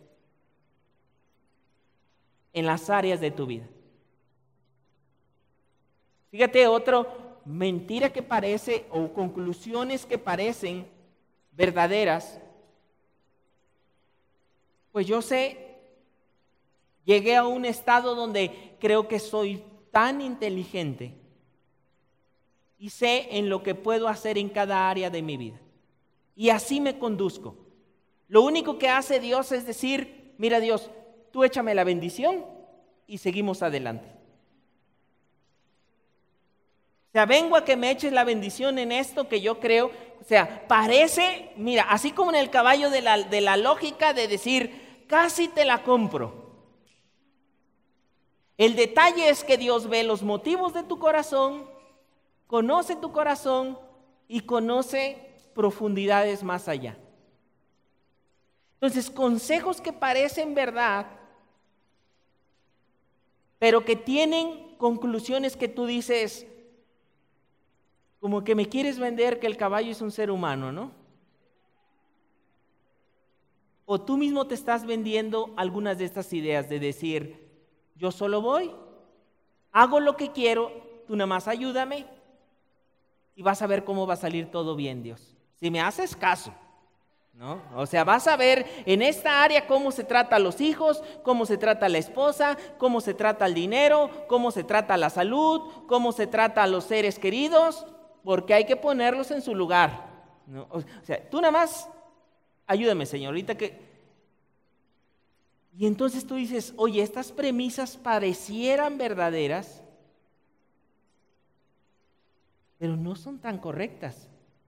en las áreas de tu vida. Fíjate, otro mentira que parece o conclusiones que parecen verdaderas. Pues yo sé, llegué a un estado donde creo que soy tan inteligente y sé en lo que puedo hacer en cada área de mi vida. Y así me conduzco. Lo único que hace Dios es decir, mira Dios, tú échame la bendición y seguimos adelante. O sea, vengo a que me eches la bendición en esto que yo creo. O sea, parece, mira, así como en el caballo de la lógica de decir, casi te la compro. El detalle es que Dios ve los motivos de tu corazón, conoce tu corazón y conoce profundidades más allá. Entonces, consejos que parecen verdad, pero que tienen conclusiones que tú dices, como que me quieres vender que el caballo es un ser humano, ¿no? O tú mismo te estás vendiendo algunas de estas ideas de decir, yo solo voy, hago lo que quiero, tú nada más ayúdame y vas a ver cómo va a salir todo bien, Dios. Si me haces caso, ¿no? O sea, vas a ver en esta área cómo se trata a los hijos, cómo se trata a la esposa, cómo se trata el dinero, cómo se trata la salud, cómo se trata a los seres queridos, porque hay que ponerlos en su lugar, ¿no? O sea, tú nada más ayúdame, Señor, ahorita que... Y entonces tú dices, oye, estas premisas parecieran verdaderas, pero no son tan correctas.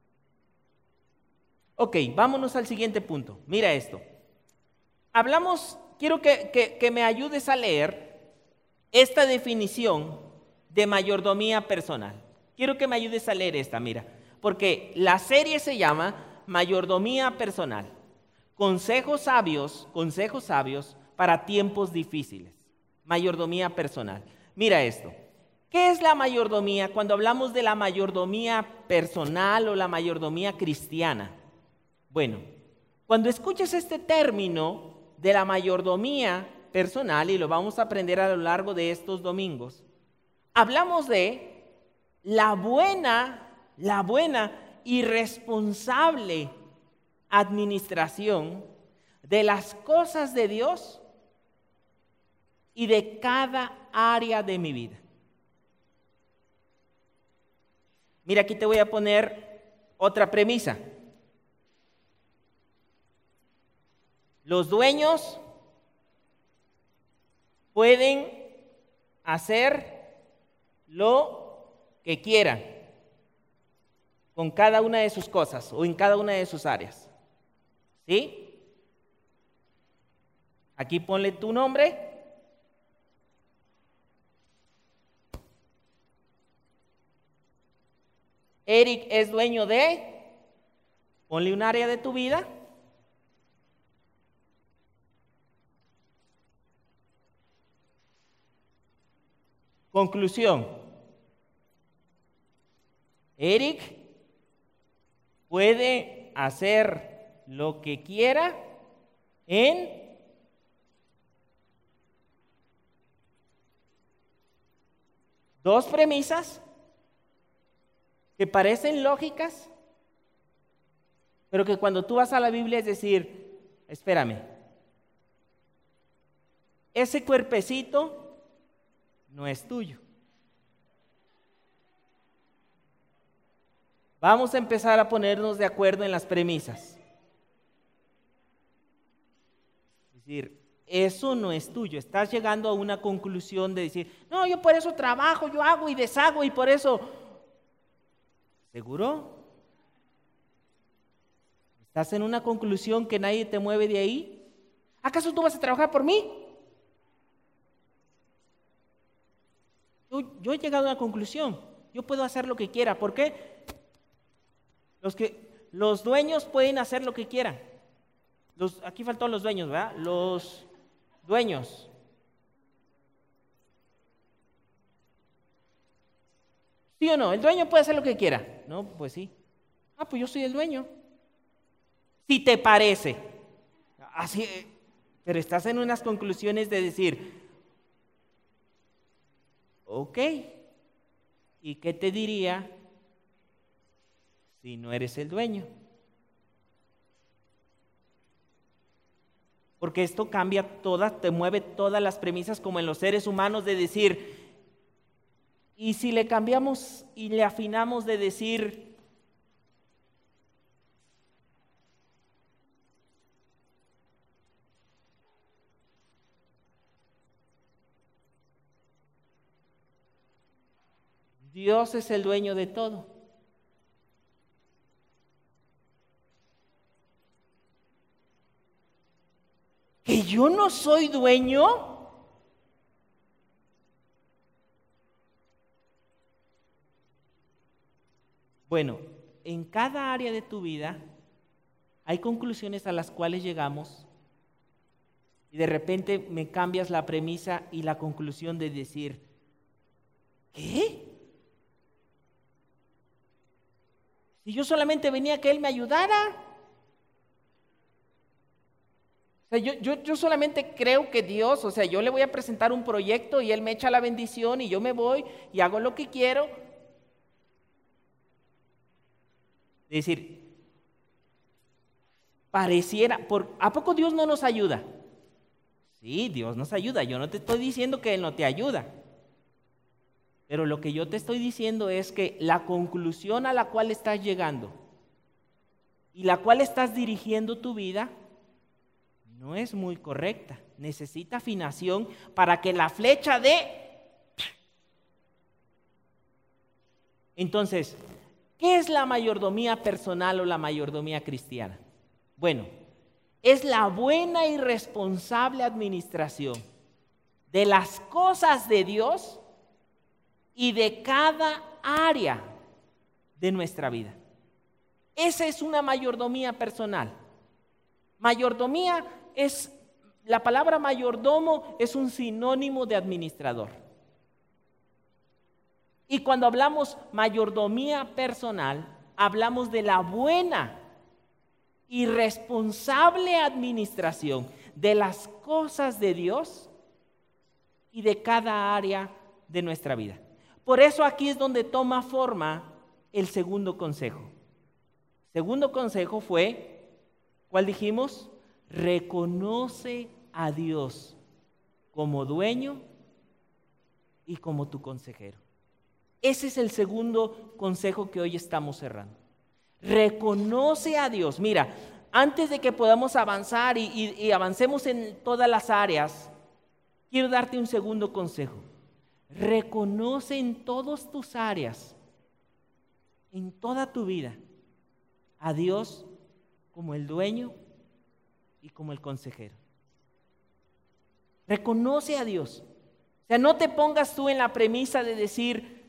Ok, vámonos al siguiente punto. Mira esto. Hablamos, quiero que me ayudes a leer esta definición de mayordomía personal. Quiero que me ayudes a leer esta, mira, porque la serie se llama Mayordomía Personal. Consejos sabios para tiempos difíciles. Mayordomía personal. Mira esto. ¿Qué es la mayordomía? Cuando hablamos de la mayordomía personal o la mayordomía cristiana. Bueno, cuando escuches este término de la mayordomía personal, y lo vamos a aprender a lo largo de estos domingos, hablamos de la buena y responsable administración de las cosas de Dios y de cada área de mi vida. Mira, aquí te voy a poner otra premisa. Los dueños pueden hacer lo que quieran con cada una de sus cosas o en cada una de sus áreas. ¿Sí? Aquí ponle tu nombre. Eric es dueño de, ponle un área de tu vida. Conclusión. Eric puede hacer lo que quiera en dos premisas que parecen lógicas, pero que cuando tú vas a la Biblia es decir, espérame, ese cuerpecito no es tuyo. Vamos a empezar a ponernos de acuerdo en las premisas. Es decir, eso no es tuyo. Estás llegando a una conclusión de decir, no, yo por eso trabajo, yo hago y deshago y por eso... ¿Seguro? ¿Estás en una conclusión que nadie te mueve de ahí? ¿Acaso tú vas a trabajar por mí? Yo he llegado a una conclusión. Yo puedo hacer lo que quiera. ¿Por qué? Los dueños pueden hacer lo que quieran. Aquí faltó los dueños, ¿verdad? Los dueños. ¿Sí o no? El dueño puede hacer lo que quiera. No, pues sí. Ah, pues yo soy el dueño. Si te parece. Así, pero estás en unas conclusiones de decir, ok, ¿Y qué te diría si no eres el dueño? Porque esto cambia todas, te mueve todas las premisas como en los seres humanos de decir, y si le cambiamos y le afinamos de decir, Dios es el dueño de todo. ¿Que yo no soy dueño? Bueno, en cada área de tu vida hay conclusiones a las cuales llegamos y de repente me cambias la premisa y la conclusión de decir, ¿qué? Si yo solamente venía a que Él me ayudara. O sea, yo solamente creo que Dios, o sea, yo le voy a presentar un proyecto y Él me echa la bendición y yo me voy y hago lo que quiero. Es decir, pareciera, ¿a poco Dios no nos ayuda? Sí, Dios nos ayuda. Yo no te estoy diciendo que Él no te ayuda. Pero lo que yo te estoy diciendo es que la conclusión a la cual estás llegando y la cual estás dirigiendo tu vida no es muy correcta. Necesita afinación para que la flecha dé. Entonces, ¿qué es la mayordomía personal o la mayordomía cristiana? Bueno, es la buena y responsable administración de las cosas de Dios y de cada área de nuestra vida. Esa es una mayordomía personal. Mayordomía es, la palabra mayordomo es un sinónimo de administrador. Y cuando hablamos mayordomía personal, hablamos de la buena y responsable administración de las cosas de Dios y de cada área de nuestra vida. Por eso aquí es donde toma forma el segundo consejo. Segundo consejo fue, ¿cuál dijimos? Reconoce a Dios como dueño y como tu consejero. Ese es el segundo consejo que hoy estamos cerrando. Reconoce a Dios. Mira, antes de que podamos avanzar y avancemos en todas las áreas, quiero darte un segundo consejo. Reconoce en todas tus áreas, en toda tu vida, a Dios como el dueño y como el consejero. Reconoce a Dios. O sea, no te pongas tú en la premisa de decir,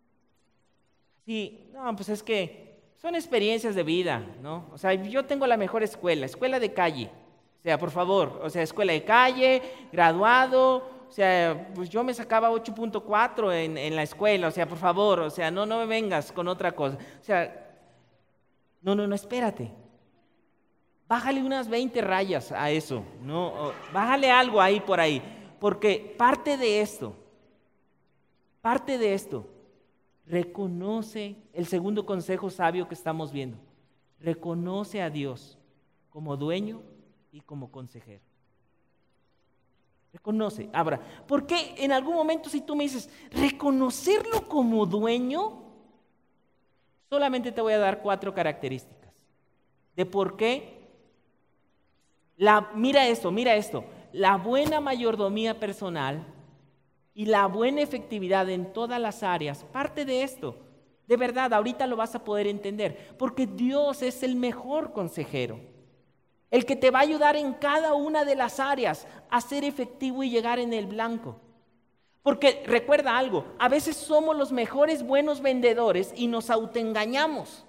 sí, no, pues es que son experiencias de vida, ¿no? O sea, yo tengo la mejor escuela de calle. O sea, por favor, o sea, escuela de calle, graduado. O sea, pues yo me sacaba 8.4 en la escuela, o sea, por favor, o sea, no me vengas con otra cosa. O sea, no, espérate. Bájale unas 20 rayas a eso, no, bájale algo ahí por ahí, porque parte de esto, reconoce el segundo consejo sabio que estamos viendo. Reconoce a Dios como dueño y como consejero. Reconoce. Ahora, ¿por qué en algún momento si tú me dices reconocerlo como dueño? Solamente te voy a dar 4 características de por qué. Mira esto. La buena mayordomía personal y la buena efectividad en todas las áreas parte de esto. De verdad, ahorita lo vas a poder entender, porque Dios es el mejor consejero. El que te va a ayudar en cada una de las áreas a ser efectivo y llegar en el blanco. Porque recuerda algo, a veces somos los mejores buenos vendedores y nos autoengañamos.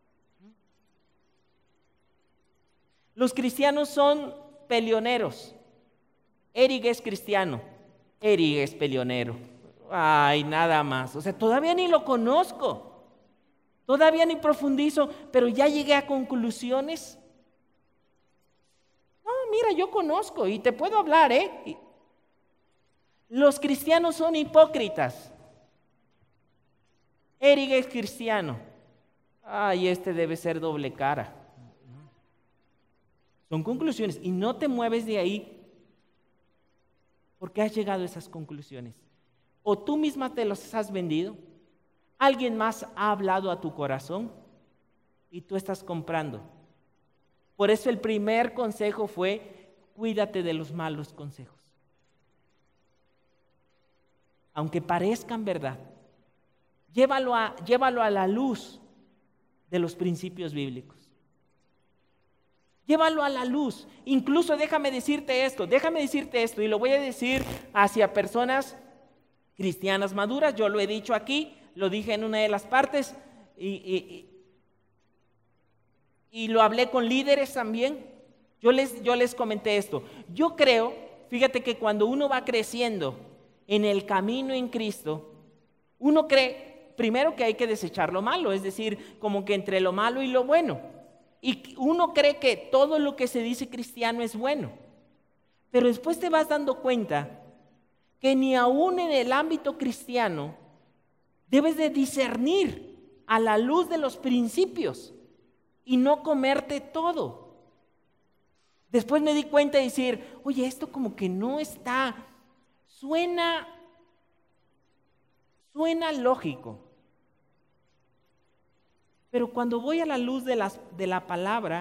Los cristianos son peleoneros. Eric es cristiano, Eric es peleonero. Ay, nada más. O sea, todavía ni lo conozco, todavía ni profundizo, pero ya llegué a conclusiones. No, mira, yo conozco y te puedo hablar, Los cristianos son hipócritas. Eric es cristiano. Ay, este debe ser doble cara. Son conclusiones y no te mueves de ahí porque has llegado a esas conclusiones. O tú misma te los has vendido, alguien más ha hablado a tu corazón y tú estás comprando. Por eso el primer consejo fue: cuídate de los malos consejos. Aunque parezcan verdad, llévalo a la luz de los principios bíblicos. Llévalo a la luz. Incluso déjame decirte esto, y lo voy a decir hacia personas cristianas maduras. Yo lo he dicho aquí, lo dije en una de las partes, y lo hablé con líderes también. Yo les comenté esto. Yo creo, fíjate que cuando uno va creciendo en el camino en Cristo, uno cree primero que hay que desechar lo malo, es decir, como que entre lo malo y lo bueno. Y uno cree que todo lo que se dice cristiano es bueno. Pero después te vas dando cuenta que ni aún en el ámbito cristiano debes de discernir a la luz de los principios y no comerte todo. Después me di cuenta de decir, oye, esto como que no está, suena lógico. Pero cuando voy a la luz de la palabra,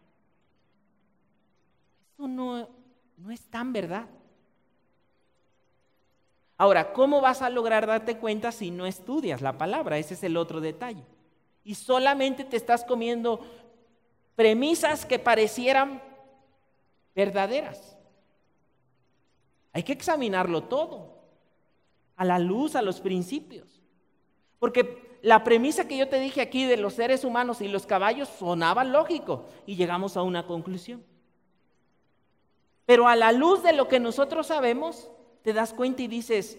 eso no es tan verdad. Ahora, ¿cómo vas a lograr darte cuenta si no estudias la palabra? Ese es el otro detalle. Y solamente te estás comiendo premisas que parecieran verdaderas. Hay que examinarlo todo, a la luz, a los principios. Porque la premisa que yo te dije aquí de los seres humanos y los caballos sonaba lógico y llegamos a una conclusión. Pero a la luz de lo que nosotros sabemos, te das cuenta y dices,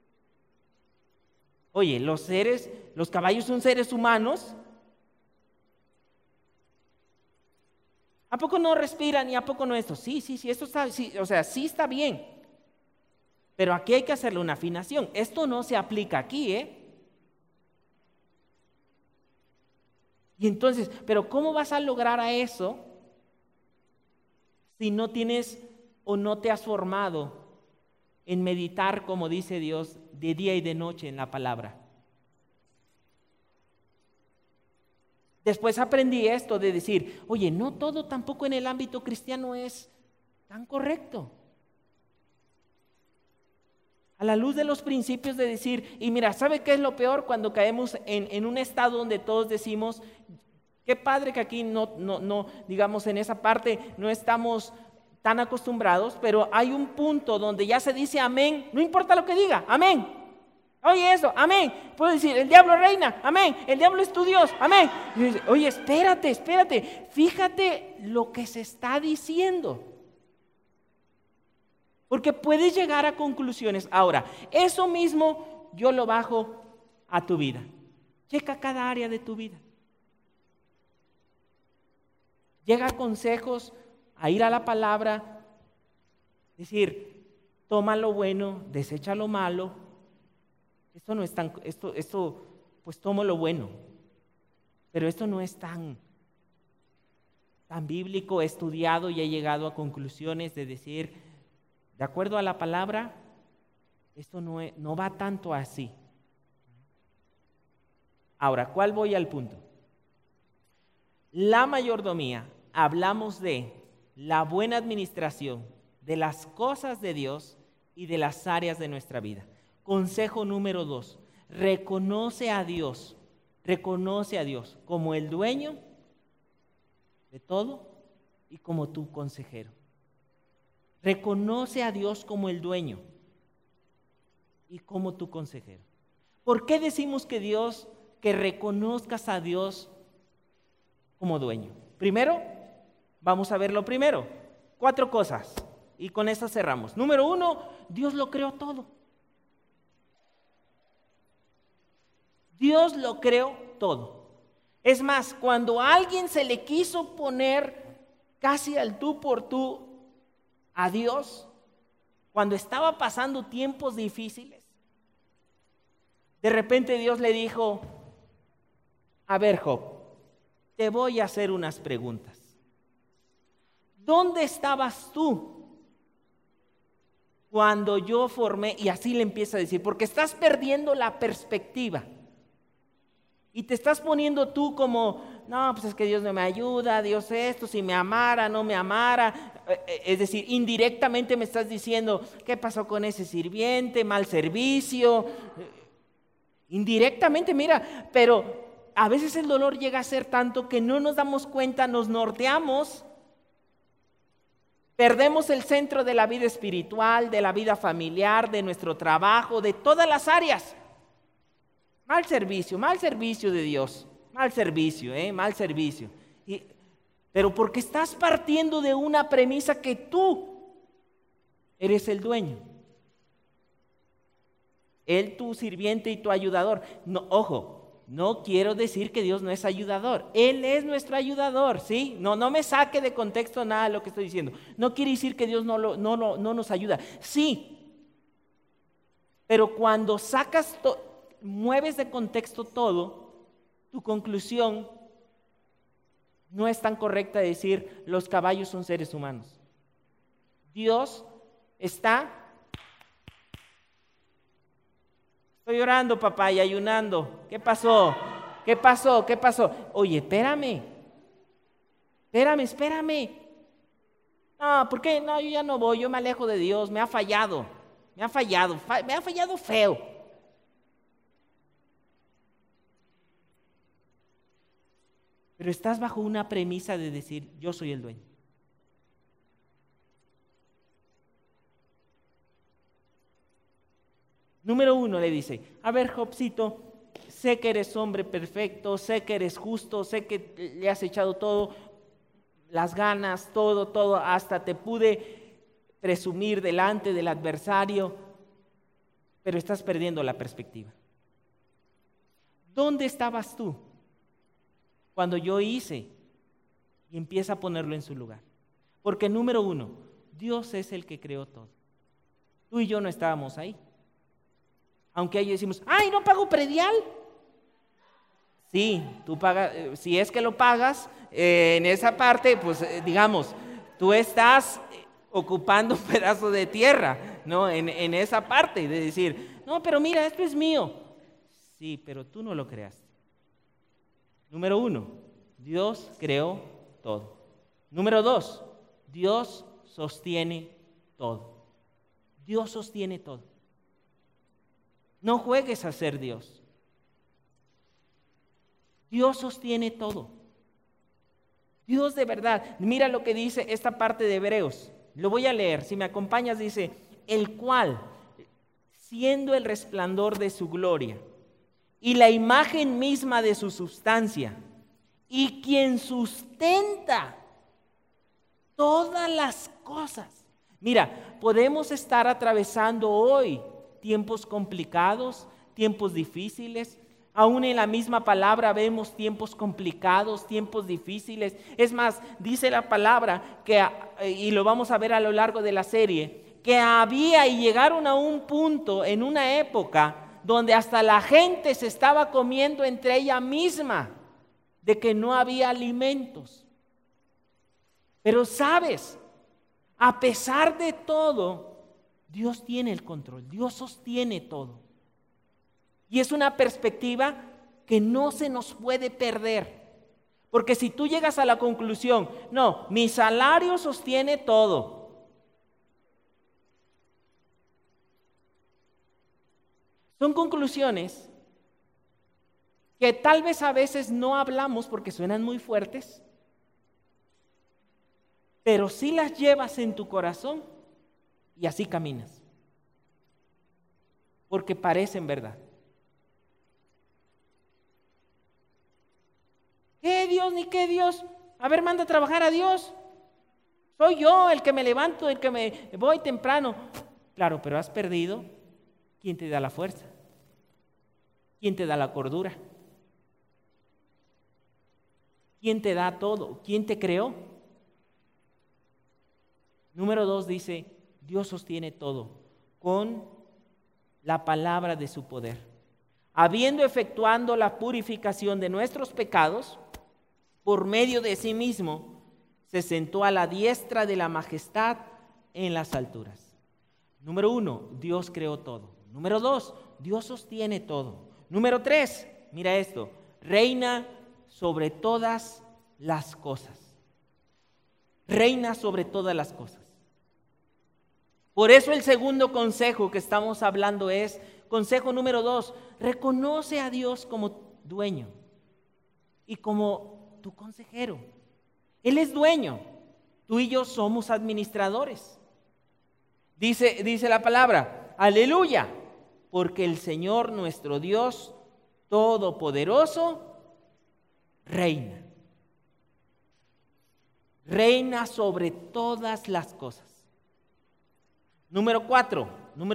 oye, los caballos son seres humanos. ¿A poco no respiran y a poco no esto? Sí, esto está, sí, o sea, sí está bien. Pero aquí hay que hacerle una afinación. Esto no se aplica aquí, Y entonces, ¿pero cómo vas a lograr a eso si no tienes o no te has formado en meditar, como dice Dios, de día y de noche en la palabra? Después aprendí esto de decir, oye, no todo tampoco en el ámbito cristiano es tan correcto. A la luz de los principios de decir, y mira, ¿sabe qué es lo peor? Cuando caemos en un estado donde todos decimos, qué padre que aquí no, digamos, en esa parte no estamos tan acostumbrados, pero hay un punto donde ya se dice amén, no importa lo que diga, amén. Oye eso, amén. Puedo decir, el diablo reina, amén. El diablo es tu Dios, amén. Y dice, oye, espérate, fíjate lo que se está diciendo. Porque puedes llegar a conclusiones. Ahora, eso mismo yo lo bajo a tu vida. Checa cada área de tu vida. Llega a consejos, a ir a la palabra, decir, toma lo bueno, desecha lo malo. Esto no es tan, esto, pues tomo lo bueno. Pero esto no es tan bíblico, he estudiado y he llegado a conclusiones de decir, de acuerdo a la palabra, esto no va tanto así. Ahora, ¿cuál voy al punto? La mayordomía, hablamos de la buena administración de las cosas de Dios y de las áreas de nuestra vida. Consejo número 2, reconoce a Dios como el dueño de todo y como tu consejero. Reconoce a Dios como el dueño y como tu consejero. ¿Por qué decimos que reconozcas a Dios como dueño? Primero, vamos a ver lo primero. 4 cosas y con estas cerramos. Número 1, Dios lo creó todo. Dios lo creó todo. Es más, cuando a alguien se le quiso poner casi al tú por tú a Dios, cuando estaba pasando tiempos difíciles, de repente Dios le dijo, A ver, Job, te voy a hacer unas preguntas. ¿Dónde estabas tú cuando yo formé? Y así le empieza a decir, porque estás perdiendo la perspectiva. Y te estás poniendo tú como, no, pues es que Dios no me ayuda, Dios esto, si me amara, no me amara. Es decir, indirectamente me estás diciendo, ¿qué pasó con ese sirviente? Mal servicio. Indirectamente, mira, pero a veces el dolor llega a ser tanto que no nos damos cuenta, nos norteamos, perdemos el centro de la vida espiritual, de la vida familiar, de nuestro trabajo, de todas las áreas. Mal servicio de Dios, mal servicio. Pero porque estás partiendo de una premisa que tú eres el dueño. Él, tu sirviente y tu ayudador. No, ojo, no quiero decir que Dios no es ayudador. Él es nuestro ayudador, ¿sí? No me saque de contexto nada de lo que estoy diciendo. No quiere decir que Dios no nos ayuda. Sí, pero cuando mueves de contexto todo, tu conclusión no es tan correcta de decir los caballos son seres humanos. Dios está... Estoy orando, papá, y ayunando. ¿Qué pasó? Oye, espérame. No, ¿por qué? No, yo ya no voy, yo me alejo de Dios, me ha fallado feo. Pero estás bajo una premisa de decir, yo soy el dueño. Número 1 le dice, a ver, Jobcito, sé que eres hombre perfecto, sé que eres justo, sé que le has echado todo, las ganas, todo, hasta te pude presumir delante del adversario, pero estás perdiendo la perspectiva. ¿Dónde estabas tú cuando yo hice? Y empieza a ponerlo en su lugar. Porque número 1, Dios es el que creó todo. Tú y yo no estábamos ahí. Aunque ahí decimos, ¡ay, no pago predial! Sí, tú pagas, si es que lo pagas, en esa parte, pues digamos, tú estás ocupando un pedazo de tierra, ¿no? En esa parte de decir, no, pero mira, esto es mío. Sí, pero tú no lo creaste. Número 1, Dios creó todo. Número 2, Dios sostiene todo. Dios sostiene todo. No juegues a ser Dios. Dios sostiene todo. Dios de verdad. Mira lo que dice esta parte de Hebreos. Lo voy a leer. Si me acompañas, dice, el cual, siendo el resplandor de su gloria y la imagen misma de su sustancia, y quien sustenta todas las cosas. Mira, podemos estar atravesando hoy tiempos complicados, tiempos difíciles. Aún en la misma palabra vemos tiempos complicados, tiempos difíciles. Es más, dice la palabra, y lo vamos a ver a lo largo de la serie, que había y llegaron a un punto en una época donde hasta la gente se estaba comiendo entre ella misma, de que no había alimentos. Pero sabes, a pesar de todo, Dios tiene el control, Dios sostiene todo. Y es una perspectiva que no se nos puede perder. Porque si tú llegas a la conclusión, no, mi salario sostiene todo. Son conclusiones que tal vez a veces no hablamos porque suenan muy fuertes, pero sí las llevas en tu corazón y así caminas. Porque parecen verdad. ¿Qué Dios ni qué Dios? A ver, manda a trabajar a Dios. Soy yo el que me levanto, el que me voy temprano. Claro, pero has perdido. ¿Quién te da la fuerza? ¿Quién te da la cordura? ¿Quién te da todo? ¿Quién te creó? Número 2 dice, Dios sostiene todo con la palabra de su poder. habiendo efectuado la purificación de nuestros pecados, por medio de sí mismo, se sentó a la diestra de la majestad en las alturas. Número 1, Dios creó todo. Número 2, Dios sostiene todo. Número 3, mira esto, reina sobre todas las cosas. Reina sobre todas las cosas. Por eso el segundo consejo que estamos hablando es, consejo número 2, reconoce a Dios como dueño y como tu consejero. Él es dueño, tú y yo somos administradores. Dice la palabra, aleluya, porque el Señor nuestro Dios Todopoderoso reina. Reina sobre todas las cosas. Número 4,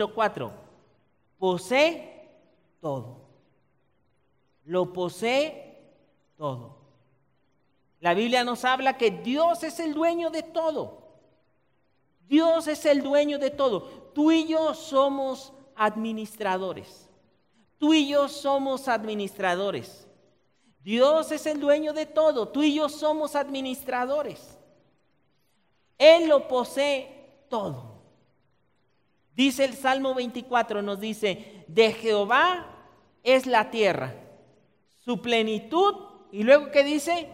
posee todo. Lo posee todo. La Biblia nos habla que Dios es el dueño de todo. Dios es el dueño de todo. Tú y yo somos administradores. Tú y yo somos administradores. Dios es el dueño de todo. Tú y yo somos administradores. Él lo posee todo. Dice el Salmo 24, nos dice, de Jehová es la tierra, su plenitud, y luego ¿qué dice?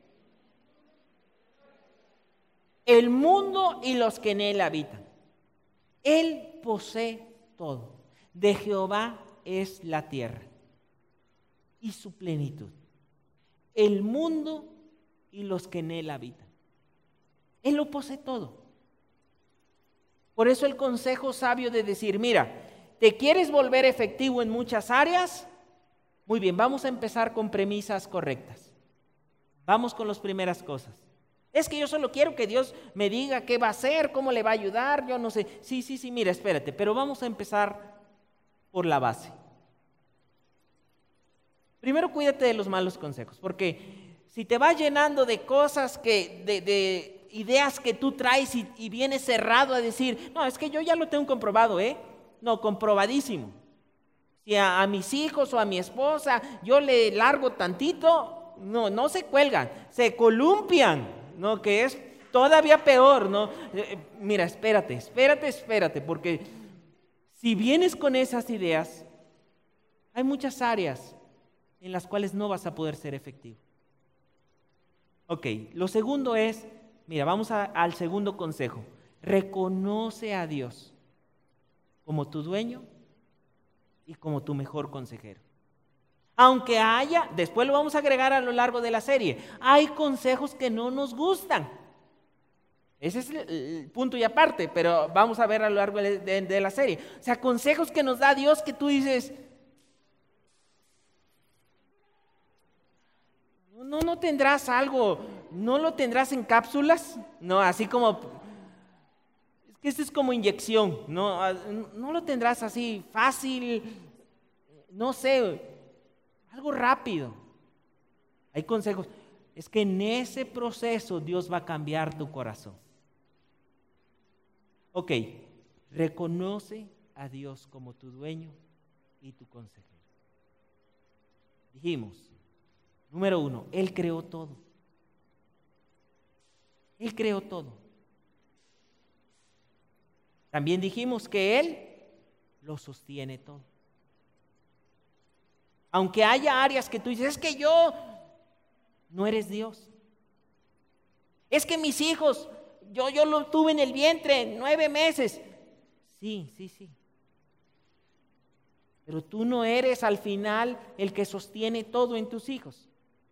El mundo y los que en él habitan. Él posee todo. De Jehová es la tierra y su plenitud. El mundo y los que en él habitan. Él lo posee todo. Por eso el consejo sabio de decir, mira, ¿te quieres volver efectivo en muchas áreas? Muy bien, vamos a empezar con premisas correctas. Vamos con las primeras cosas. Es que yo solo quiero que Dios me diga qué va a hacer, cómo le va a ayudar, yo no sé. Sí, mira, espérate, pero vamos a empezar por la base. Primero, cuídate de los malos consejos, porque si te vas llenando de cosas de ideas que tú traes y vienes cerrado a decir, no, es que yo ya lo tengo comprobado, no, comprobadísimo. Si a mis hijos o a mi esposa yo le largo tantito, no se cuelgan, se columpian, no, que es todavía peor, no. Mira, espérate, porque si vienes con esas ideas, hay muchas áreas en las cuales no vas a poder ser efectivo. Ok, lo segundo es, mira, vamos al segundo consejo. Reconoce a Dios como tu dueño y como tu mejor consejero. Aunque haya, después lo vamos a agregar a lo largo de la serie, hay consejos que no nos gustan. Ese es el punto y aparte, pero vamos a ver a lo largo de la serie. O sea, consejos que nos da Dios que tú dices, no tendrás algo, no lo tendrás en cápsulas, no, así como, es que esto es como inyección, no lo tendrás así fácil, no sé, algo rápido. Hay consejos, es que en ese proceso Dios va a cambiar tu corazón. Ok, reconoce a Dios como tu dueño y tu consejero. Dijimos, número 1, Él creó todo. Él creó todo. También dijimos que Él lo sostiene todo. Aunque haya áreas que tú dices, es que yo no eres Dios. Es que mis hijos, yo lo tuve en el vientre 9 meses. Sí. Pero tú no eres al final el que sostiene todo en tus hijos.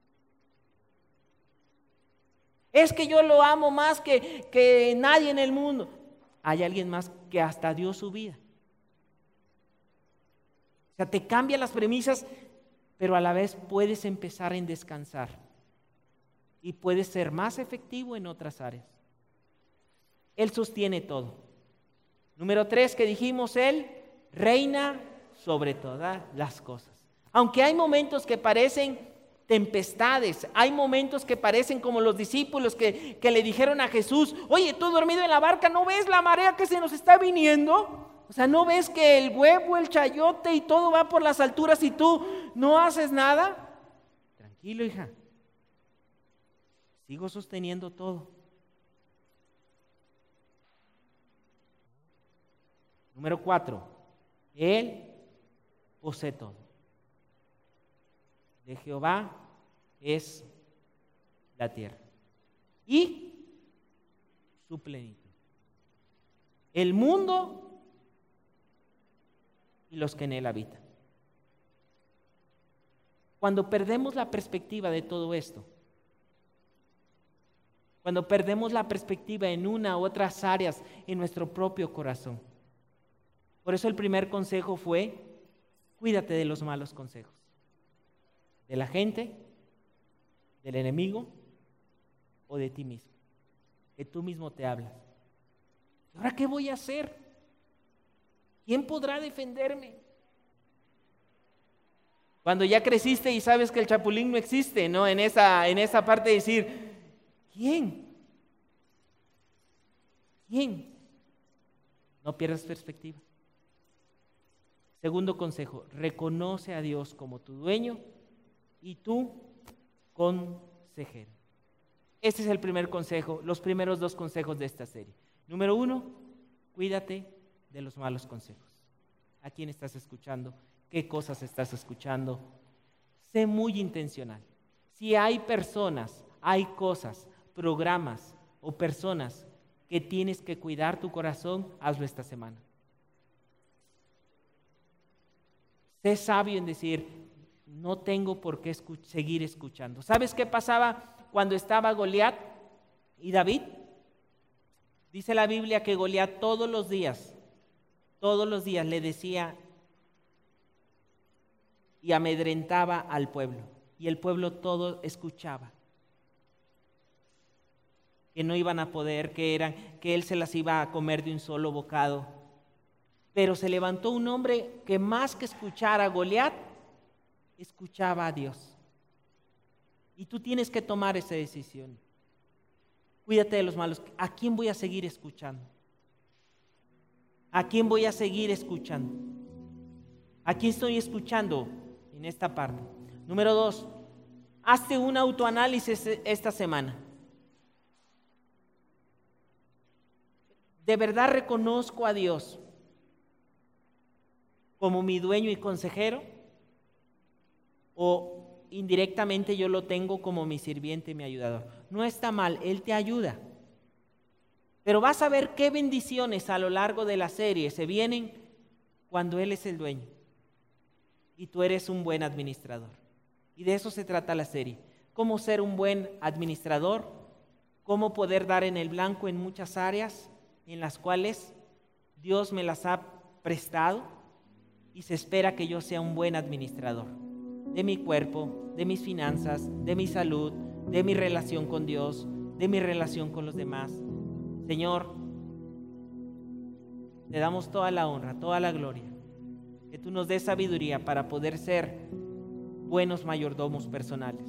Es que yo lo amo más que nadie en el mundo. Hay alguien más que hasta dio su vida. O sea, te cambian las premisas, pero a la vez puedes empezar en descansar. Y puedes ser más efectivo en otras áreas. Él sostiene todo. Número 3 que dijimos, Él reina sobre todas las cosas. Aunque hay momentos que parecen tempestades, hay momentos que parecen como los discípulos que le dijeron a Jesús, oye, tú dormido en la barca, ¿no ves la marea que se nos está viniendo? O sea, ¿no ves que el huevo, el chayote y todo va por las alturas y tú no haces nada? Tranquilo, hija. Sigo sosteniendo todo. Número 4. Él posee todo. De Jehová es la tierra y su plenitud, el mundo y los que en él habitan. Cuando perdemos la perspectiva de todo esto, cuando perdemos la perspectiva en una u otras áreas en nuestro propio corazón, por eso el primer consejo fue: cuídate de los malos consejos, de la gente, del enemigo o de ti mismo, que tú mismo te hablas. ¿Y ahora qué voy a hacer? ¿Quién podrá defenderme? Cuando ya creciste y sabes que el chapulín no existe, ¿no? En esa parte de decir, ¿quién? No pierdas perspectiva. Segundo consejo, reconoce a Dios como tu dueño y tu consejero. Este es el primer consejo, los primeros 2 consejos de esta serie. Número 1, cuídate de los malos consejos. ¿A quién estás escuchando? ¿Qué cosas estás escuchando? Sé muy intencional. Si hay personas, hay cosas, programas o personas que tienes que cuidar tu corazón, hazlo esta semana. Sé sabio en decir, no tengo por qué seguir escuchando. ¿Sabes qué pasaba cuando estaba Goliat y David? Dice la Biblia que Goliat todos los días le decía y amedrentaba al pueblo. Y el pueblo todo escuchaba. Que no iban a poder, que él se las iba a comer de un solo bocado. Pero se levantó un hombre que más que escuchar a Goliat, escuchaba a Dios. Y tú tienes que tomar esa decisión. Cuídate de los malos. ¿A quién voy a seguir escuchando? ¿A quién voy a seguir escuchando? ¿A quién estoy escuchando en esta parte? Número 2, hazte un autoanálisis esta semana. ¿De verdad reconozco a Dios como mi dueño y consejero? ¿O indirectamente yo lo tengo como mi sirviente y mi ayudador? No está mal, Él te ayuda. Pero vas a ver qué bendiciones a lo largo de la serie se vienen cuando Él es el dueño y tú eres un buen administrador. Y de eso se trata la serie. Cómo ser un buen administrador, cómo poder dar en el blanco en muchas áreas en las cuales Dios me las ha prestado y se espera que yo sea un buen administrador de mi cuerpo, de mis finanzas, de mi salud, de mi relación con Dios, de mi relación con los demás. Señor, te damos toda la honra, toda la gloria, que tú nos des sabiduría para poder ser buenos mayordomos personales.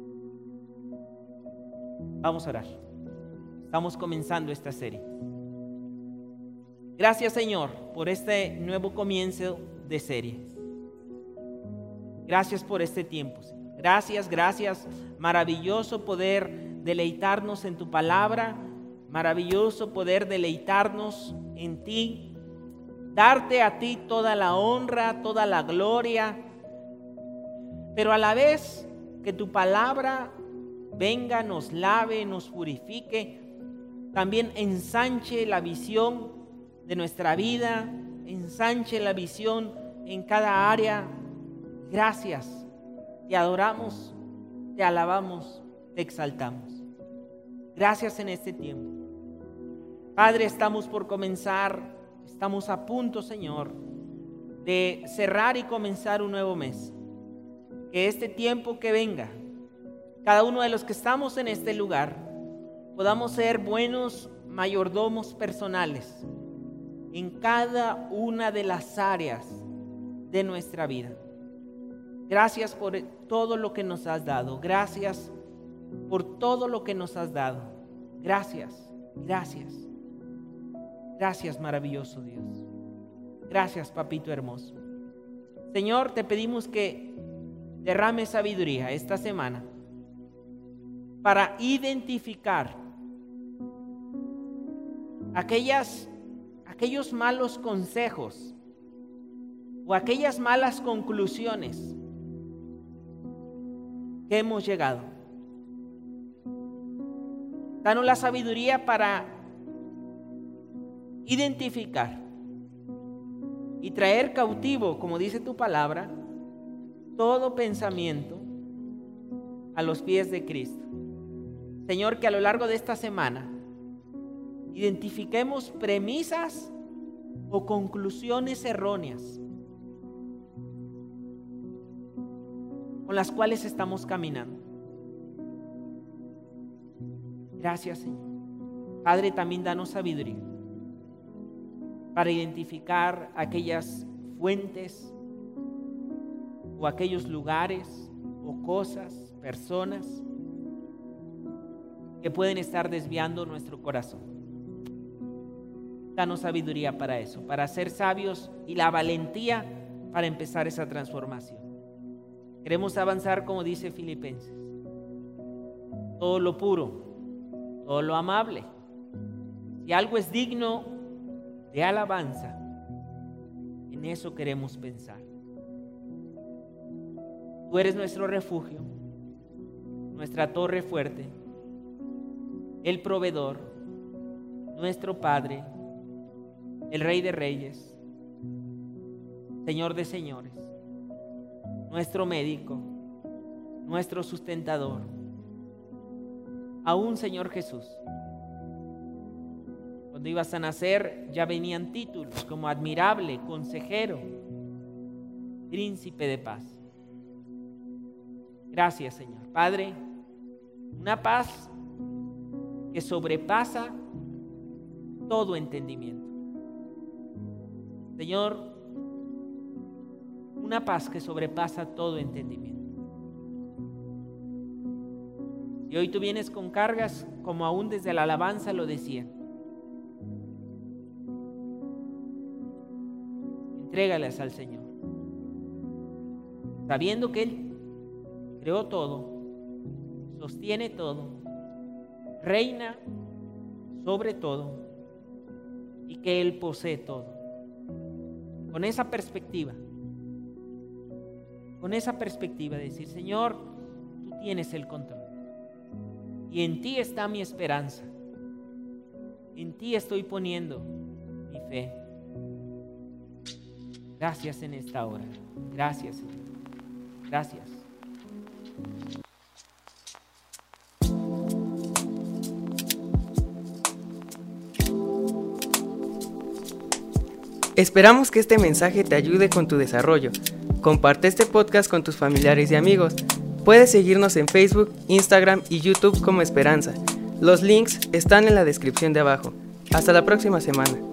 Vamos a orar. Estamos comenzando esta serie. Gracias, Señor, por este nuevo comienzo de serie. Gracias por este tiempo, Señor. Gracias. Maravilloso poder deleitarnos en tu palabra. Maravilloso poder deleitarnos en ti. Darte a ti toda la honra, toda la gloria. Pero a la vez que tu palabra venga, nos lave, nos purifique. También ensanche la visión de nuestra vida, ensanche la visión en cada área. Gracias, te adoramos, te alabamos, te exaltamos. Gracias en este tiempo. Padre, estamos por comenzar, estamos a punto, Señor, de cerrar y comenzar un nuevo mes. Que este tiempo que venga, cada uno de los que estamos en este lugar, podamos ser buenos mayordomos personales en cada una de las áreas de nuestra vida. Gracias por todo lo que nos has dado. Gracias por todo lo que nos has dado. Gracias, maravilloso Dios. Gracias, papito hermoso. Señor, te pedimos que derrame sabiduría esta semana para identificar aquellos malos consejos o aquellas malas conclusiones que hemos llegado. Danos la sabiduría para identificar y traer cautivo, como dice tu palabra, todo pensamiento a los pies de Cristo. Señor, que a lo largo de esta semana identifiquemos premisas o conclusiones erróneas con las cuales estamos caminando. Gracias, Señor. Padre, también danos sabiduría para identificar aquellas fuentes o aquellos lugares o cosas, personas que pueden estar desviando nuestro corazón. Danos sabiduría para eso, para ser sabios y la valentía para empezar esa transformación. Queremos avanzar como dice Filipenses. Todo lo puro, todo lo amable, si algo es digno de alabanza, en eso queremos pensar. Tú eres nuestro refugio, nuestra torre fuerte, el proveedor, nuestro Padre, el Rey de Reyes, Señor de señores, nuestro médico, nuestro sustentador. Aún, Señor Jesús, cuando ibas a nacer ya venían títulos como admirable, consejero, príncipe de paz. Gracias, Señor. Padre, una paz que sobrepasa todo entendimiento. Señor, una paz que sobrepasa todo entendimiento. Y hoy tú vienes con cargas, como aún desde la alabanza lo decía. Entrégalas al Señor, sabiendo que Él creó todo, sostiene todo, reina sobre todo y que Él posee todo. Con esa perspectiva de decir, Señor, tú tienes el control y en ti está mi esperanza, en ti estoy poniendo mi fe. Gracias en esta hora. Gracias, Señor. Gracias. Esperamos que este mensaje te ayude con tu desarrollo. Comparte este podcast con tus familiares y amigos. Puedes seguirnos en Facebook, Instagram y YouTube como Esperanza. Los links están en la descripción de abajo. Hasta la próxima semana.